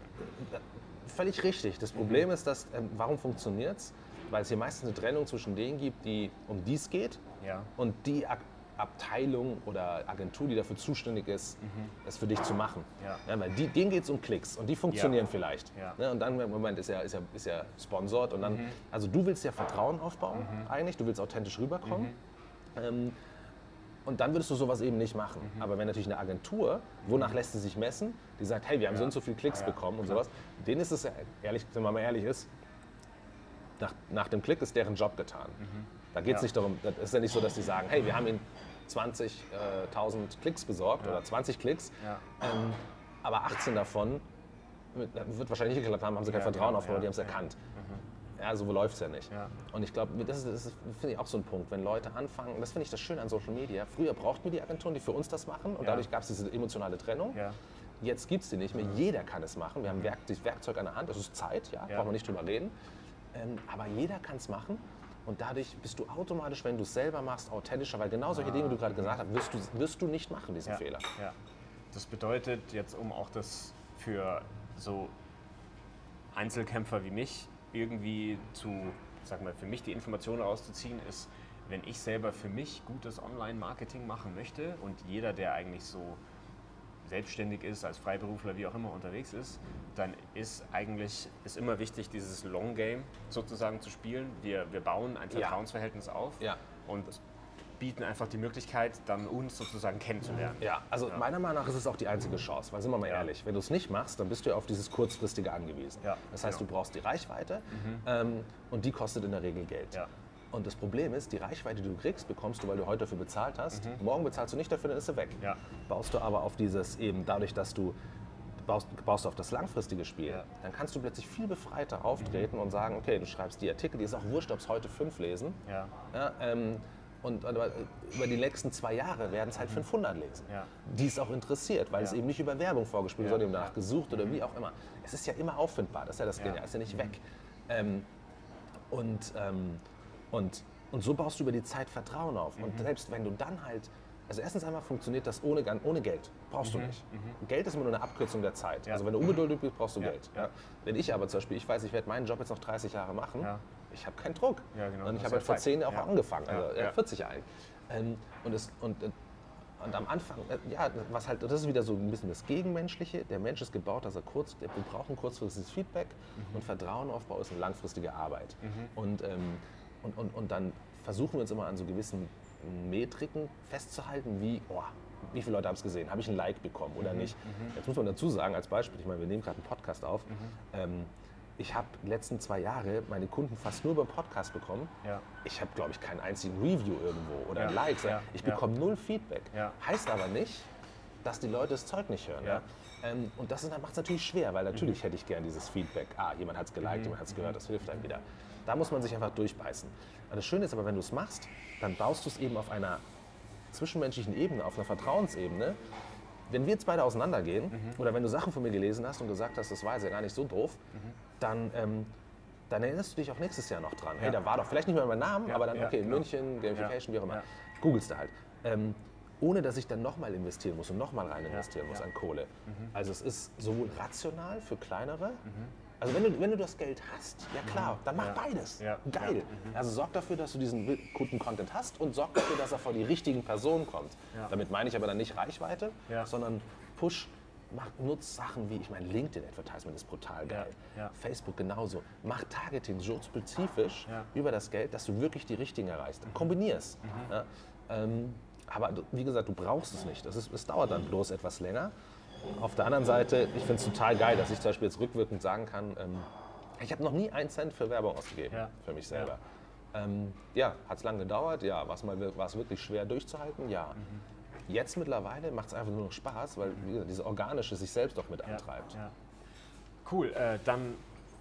Völlig richtig. Das Problem ist, dass, ähm, warum funktioniert es? Weil es hier meistens eine Trennung zwischen denen gibt, die, um die es geht Ja. und die Ak Abteilung oder Agentur, die dafür zuständig ist, das für dich zu machen. Ja. weil die, denen geht es um Klicks und die funktionieren Ja. vielleicht. Ja. Ne? Und dann im Moment ist ja, ist ja, ist ja sponsored und dann, Mhm. also du willst ja Vertrauen aufbauen eigentlich, du willst authentisch rüberkommen. Mhm. Ähm, und dann würdest du sowas eben nicht machen. Mhm. Aber wenn natürlich eine Agentur, wonach lässt sie sich messen, die sagt, hey, wir haben Ja. so und so viele Klicks Ja, bekommen und klar. sowas, denen ist es ja, ehrlich, wenn man mal ehrlich ist, nach, nach dem Klick ist deren Job getan. Da geht es Ja. nicht darum, das ist ja nicht so, dass die sagen, hey, wir haben ihnen zwanzigtausend Klicks besorgt Ja. oder zwanzig Klicks, Ja. ähm, aber achtzehn davon wird, wird wahrscheinlich nicht geklappt haben, haben sie kein Ja, Vertrauen genau, aufgebaut, die ja, haben es ja. erkannt. Ja, so läuft es ja nicht. Ja. Und ich glaube, das, ist, das finde ich auch so ein Punkt, wenn Leute anfangen, das finde ich das Schöne an Social Media, früher brauchten wir die Agenturen, die für uns das machen und Ja. dadurch gab es diese emotionale Trennung. Ja. Jetzt gibt es die nicht mehr, jeder kann es machen, wir haben Werk, das Werkzeug an der Hand, das ist Zeit, ja, Ja. brauchen wir nicht drüber reden, ähm, aber jeder kann es machen. Und dadurch bist du automatisch, wenn du es selber machst, authentischer, weil genau solche Dinge, die du gerade gesagt hast, wirst du, wirst du nicht machen, diesen Ja. Fehler. Ja. Das bedeutet jetzt, um auch das für so Einzelkämpfer wie mich irgendwie zu, sag mal, für mich die Informationen rauszuziehen, ist, wenn ich selber für mich gutes Online-Marketing machen möchte und jeder, der eigentlich so selbstständig ist, als Freiberufler, wie auch immer unterwegs ist, dann ist eigentlich ist immer wichtig, dieses Long Game sozusagen zu spielen. Wir, wir bauen ein Ja. Vertrauensverhältnis auf Ja. und bieten einfach die Möglichkeit, dann uns sozusagen kennenzulernen. Ja, also Ja. meiner Meinung nach ist es auch die einzige Chance, weil sind wir mal Ja. ehrlich, wenn du es nicht machst, dann bist du ja auf dieses Kurzfristige angewiesen. Ja, Das heißt, genau. du brauchst die Reichweite ähm, und die kostet in der Regel Geld. Ja. Und das Problem ist, die Reichweite, die du kriegst, bekommst du, weil du heute dafür bezahlt hast. Morgen bezahlst du nicht dafür, dann ist sie weg. Ja. Baust du aber auf dieses eben, dadurch, dass du baust, baust du auf das langfristige Spiel, Ja. dann kannst du plötzlich viel befreiter auftreten und sagen, okay, du schreibst die Artikel, die ist auch wurscht, ob es heute fünf lesen. Ja. Ja, ähm, und aber über die nächsten zwei Jahre werden es halt fünfhundert lesen, Ja. die es auch interessiert, weil es Ja. eben nicht über Werbung vorgespielt wird, Ja. sondern danach gesucht oder wie auch immer. Es ist ja immer auffindbar, das ist ja das Ja. Geniale, ist ja nicht weg. Ähm, und, ähm, und, und so baust du über die Zeit Vertrauen auf. Und selbst wenn du dann halt, also erstens einmal funktioniert das ohne, Gan- ohne Geld, brauchst du nicht. Geld ist immer nur eine Abkürzung der Zeit. Ja. Also wenn du ungeduldig bist, brauchst du Ja. Geld. Ja. Ja. Wenn ich aber zum Beispiel, ich weiß, ich werde meinen Job jetzt noch dreißig Jahre machen, Ja. ich habe keinen Druck. Ja, genau, Und du ich hast habe halt ja vor Zeit. zehn Jahren Ja. auch angefangen, Ja. also Ja. äh, vierzig eigentlich. Ähm, und, es, und, äh, und am Anfang, äh, ja, was halt, das ist wieder so ein bisschen das Gegenmenschliche. Der Mensch ist gebaut, dass er kurz, wir brauchen kurzfristiges Feedback und Vertrauenaufbau ist eine langfristige Arbeit. Und, ähm, und, und, und dann versuchen wir uns immer an so gewissen Metriken festzuhalten, wie, oh, wie viele Leute haben es gesehen, habe ich ein Like bekommen oder nicht. Jetzt muss man dazu sagen, als Beispiel, ich meine, wir nehmen gerade einen Podcast auf, ähm, ich habe die letzten zwei Jahre meine Kunden fast nur beim Podcast bekommen. Ja. Ich habe, glaube ich, keinen einzigen Review irgendwo oder Ja, ein Like. ja, Ich ja. bekomme null Feedback. Ja. Heißt aber nicht, dass die Leute das Zeug nicht hören. Ja. Ja. Ähm, und das macht es natürlich schwer, weil natürlich hätte ich gern dieses Feedback. Ah, jemand hat es geliked, jemand hat es gehört, das hilft einem wieder. Da muss man sich einfach durchbeißen. Aber das Schöne ist aber, wenn du es machst, dann baust du es eben auf einer zwischenmenschlichen Ebene, auf einer Vertrauensebene. Wenn wir jetzt beide auseinandergehen, oder wenn du Sachen von mir gelesen hast und gesagt hast, das war jetzt ja gar nicht so doof, dann, ähm, dann erinnerst du dich auch nächstes Jahr noch dran. Hey, da war doch vielleicht nicht mehr mein Name, Ja, aber dann, ja, okay, genau. München, Gamification, wie auch immer. Ja. Googelst du halt. Ähm, ohne dass ich dann nochmal investieren muss und nochmal rein investieren muss ja. an Kohle. Also es ist sowohl rational für kleinere, also wenn du, wenn du das Geld hast, ja klar, dann mach Ja. beides. Ja. Geil. Also sorg dafür, dass du diesen wi- guten Content hast und sorg dafür, dass er vor die richtigen Personen kommt. Ja. Damit meine ich aber dann nicht Reichweite, Ja. sondern Push. Mach, nutz Sachen wie, ich meine, LinkedIn-Advertisement ist brutal geil. Ja. Facebook genauso. Mach Targeting so spezifisch Ja. über das Geld, dass du wirklich die richtigen erreichst. Kombinier's. Ja, ähm, aber du- wie gesagt, du brauchst es nicht. Das ist, es dauert dann bloß etwas länger. Auf der anderen Seite, ich finde es total geil, dass ich zum Beispiel jetzt rückwirkend sagen kann, ähm, ich habe noch nie einen Cent für Werbung ausgegeben, Ja. für mich selber. Ja, ähm, ja hat es lange gedauert? Ja. War es wirklich schwer durchzuhalten? Ja. Jetzt mittlerweile macht es einfach nur noch Spaß, weil wie gesagt, diese organische sich selbst doch mit Ja, antreibt. ja. Cool, äh, dann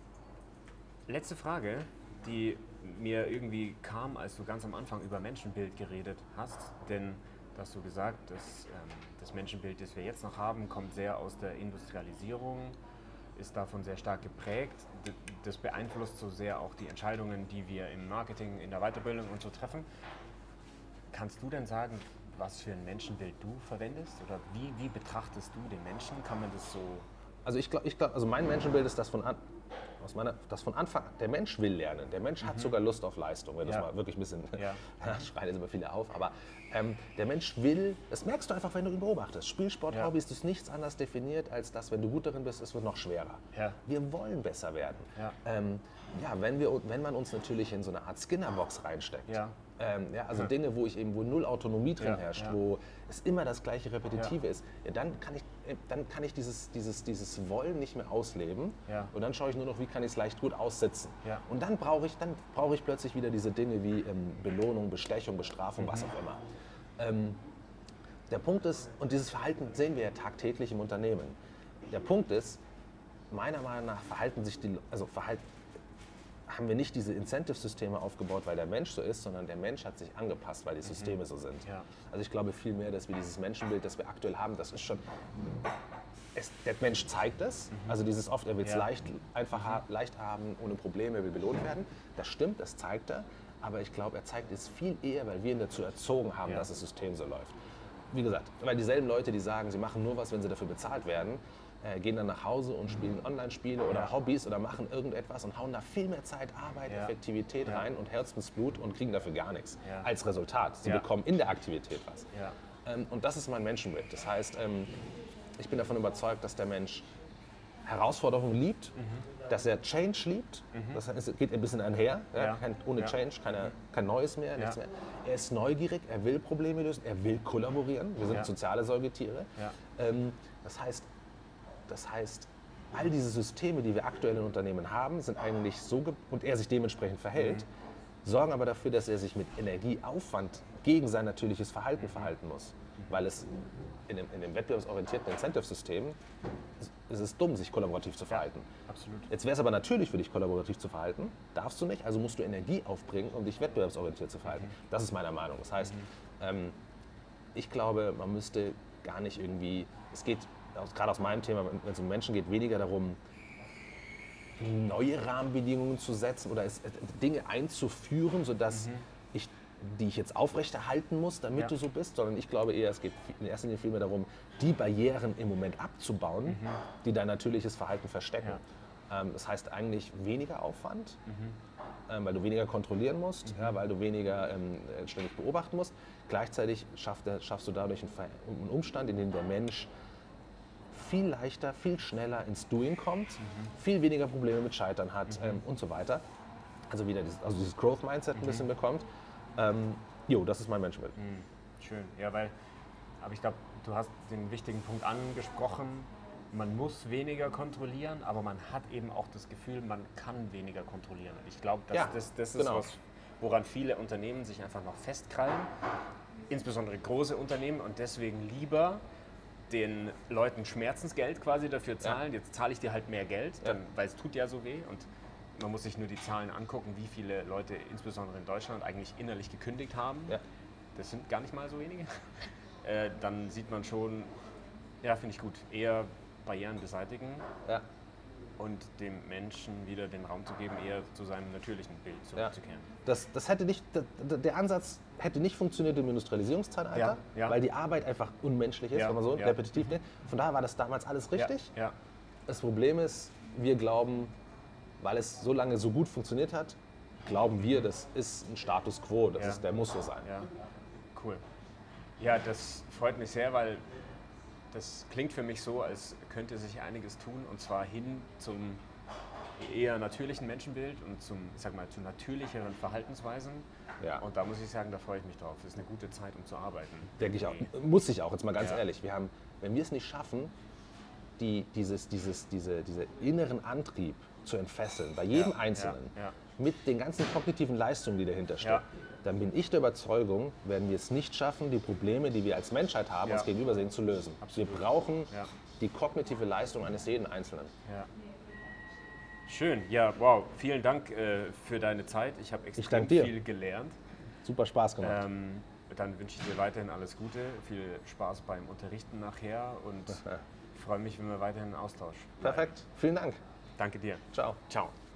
letzte Frage, die mir irgendwie kam, als du ganz am Anfang über Menschenbild geredet hast. Denn da hast du gesagt, dass, ähm, das Menschenbild, das wir jetzt noch haben, kommt sehr aus der Industrialisierung, ist davon sehr stark geprägt. D- Das beeinflusst so sehr auch die Entscheidungen, die wir im Marketing, in der Weiterbildung und so treffen. Kannst du denn sagen, was für ein Menschenbild du verwendest? Oder wie, wie betrachtest du den Menschen? Kann man das so... Also ich glaube, ich glaub, also mein Menschenbild ist das von, an, aus meiner, das von Anfang an. Der Mensch will lernen. Der Mensch hat sogar Lust auf Leistung, wenn Ja. das mal wirklich ein bisschen, Ja. schreien jetzt immer viele auf, aber ähm, der Mensch will, das merkst du einfach, wenn du ihn beobachtest. Spielsport, Ja. Hobby ist es nichts anderes definiert, als dass, wenn du gut darin bist, es wird noch schwerer. Ja. Wir wollen besser werden. Ja. Ähm, ja, wenn, wir, wenn man uns natürlich in so eine Art Skinnerbox reinsteckt, Ja. ähm, ja, also Dinge, wo ich eben, wo null Autonomie drin Ja, herrscht, ja. wo es immer das gleiche Repetitive Ja. ist, ja, dann kann ich, äh, dann kann ich dieses, dieses, dieses Wollen nicht mehr ausleben. Ja. Und dann schaue ich nur noch, wie kann ich es leicht gut aussitzen. Ja. Und dann brauche ich, dann brauche ich plötzlich wieder diese Dinge wie ähm, Belohnung, Bestechung, Bestrafung, was auch immer. Ähm, der Punkt ist, und dieses Verhalten sehen wir ja tagtäglich im Unternehmen. Der Punkt ist, meiner Meinung nach verhalten sich die, also verhalten, haben wir nicht diese Incentive-Systeme aufgebaut, weil der Mensch so ist, sondern der Mensch hat sich angepasst, weil die Systeme mhm. so sind. Ja. Also ich glaube vielmehr, dass wir dieses Menschenbild, das wir aktuell haben, das ist schon, es, der Mensch zeigt es, mhm. also dieses oft, er will es ja. leicht, einfach ha leicht haben, ohne Probleme, er will belohnt werden. Das stimmt, das zeigt er, aber ich glaube, er zeigt es viel eher, weil wir ihn dazu erzogen haben, ja. dass das System so läuft. Wie gesagt, weil dieselben Leute, die sagen, sie machen nur was, wenn sie dafür bezahlt werden, äh, gehen dann nach Hause und spielen Online-Spiele oder ja. Hobbys oder machen irgendetwas und hauen da viel mehr Zeit, Arbeit, ja. Effektivität ja. rein und Herzensblut und kriegen dafür gar nichts ja. als Resultat. Sie ja. bekommen in der Aktivität was. Ja. Ähm, und das ist mein Menschenbild. Das heißt, ähm, ich bin davon überzeugt, dass der Mensch Herausforderungen liebt, mhm. dass er Change liebt. Mhm. Das heißt, es geht ein bisschen einher. Ja? Ja. Kein, ohne ja. Change keine, kein Neues mehr, nichts ja. mehr. Er ist neugierig, er will Probleme lösen, er will kollaborieren. Wir sind ja. soziale Säugetiere. Ja. Ähm, das heißt, Das heißt, all diese Systeme, die wir aktuell in Unternehmen haben, sind eigentlich so, und er sich dementsprechend verhält, mhm. sorgen aber dafür, dass er sich mit Energieaufwand gegen sein natürliches Verhalten mhm. verhalten muss. Weil es in dem, in dem wettbewerbsorientierten Incentive-System ist es dumm, sich kollaborativ zu verhalten. Ja, absolut. Jetzt wäre es aber natürlich für dich, kollaborativ zu verhalten. Darfst du nicht, also musst du Energie aufbringen, um dich wettbewerbsorientiert zu verhalten. Mhm. Das ist meiner Meinung. Das heißt, mhm. ähm, ich glaube, man müsste gar nicht irgendwie, es geht gerade aus meinem Thema, wenn es um Menschen geht, weniger darum, neue Rahmenbedingungen zu setzen oder es, Dinge einzuführen, sodass mhm. ich, die ich jetzt aufrechterhalten muss, damit ja. du so bist, sondern ich glaube eher, es geht in erster Linie vielmehr darum, die Barrieren im Moment abzubauen, mhm. die dein natürliches Verhalten verstecken. Ja. Ähm, das heißt eigentlich weniger Aufwand, mhm. ähm, weil du weniger kontrollieren musst, mhm. ja, weil du weniger ähm, ständig beobachten musst. Gleichzeitig schafft, schaffst du dadurch einen, einen Umstand, in dem der Mensch viel leichter, viel schneller ins Doing kommt, mhm. viel weniger Probleme mit Scheitern hat mhm. ähm, und so weiter. Also wieder dieses, also dieses Growth-Mindset mhm. ein bisschen bekommt. Ähm, jo, das ist mein Menschenbild. Mhm. Schön, ja, weil, aber ich glaube, du hast den wichtigen Punkt angesprochen, man muss weniger kontrollieren, aber man hat eben auch das Gefühl, man kann weniger kontrollieren. Und ich glaube, das, ja, das, das ist genau. was, woran viele Unternehmen sich einfach noch festkrallen, insbesondere große Unternehmen und deswegen lieber den Leuten Schmerzensgeld quasi dafür zahlen. Ja. Jetzt zahle ich dir halt mehr Geld, dann, ja. weil es tut ja so weh. Und man muss sich nur die Zahlen angucken, wie viele Leute, insbesondere in Deutschland, eigentlich innerlich gekündigt haben. Ja. Das sind gar nicht mal so wenige. Äh, dann sieht man schon, ja, finde ich gut, eher Barrieren beseitigen ja. und dem Menschen wieder den Raum zu geben, eher zu seinem natürlichen Bild zurückzukehren. Ja. Das, das hätte nicht, der Ansatz hätte nicht funktioniert im Industrialisierungszeitalter, ja, ja. weil die Arbeit einfach unmenschlich ist, ja, wenn man so ja. repetitiv nennt. Von daher war das damals alles richtig. Ja, ja. Das Problem ist, wir glauben, weil es so lange so gut funktioniert hat, glauben wir, das ist ein Status quo, das ja. ist, der muss so sein. Ja. Cool. Ja, das freut mich sehr, weil das klingt für mich so, als könnte sich einiges tun, und zwar hin zum eher natürlichen Menschenbild und zum, ich sag mal, zu natürlicheren Verhaltensweisen. Ja. Und da muss ich sagen, da freue ich mich drauf. Das ist eine gute Zeit, um zu arbeiten. Denke ich auch. Muss ich auch, jetzt mal ganz ja. ehrlich. Wir haben, wenn wir es nicht schaffen, die, dieses, dieses, diese, diese inneren Antrieb zu entfesseln, bei jedem ja. Einzelnen, ja. Ja. mit den ganzen kognitiven Leistungen, die dahinter stehen, ja. dann bin ich der Überzeugung, werden wir es nicht schaffen, die Probleme, die wir als Menschheit haben, ja. uns gegenüber sehen, zu lösen. Absolut. Wir brauchen ja. die kognitive Leistung eines jeden Einzelnen. Ja. Schön, ja, wow, vielen Dank äh, für deine Zeit. Ich habe extrem viel gelernt. Super Spaß gemacht. Ähm, dann wünsche ich dir weiterhin alles Gute, viel Spaß beim Unterrichten nachher und ich freue mich, wenn wir weiterhin in Austausch bleiben. Perfekt, vielen Dank. Danke dir. Ciao. Ciao.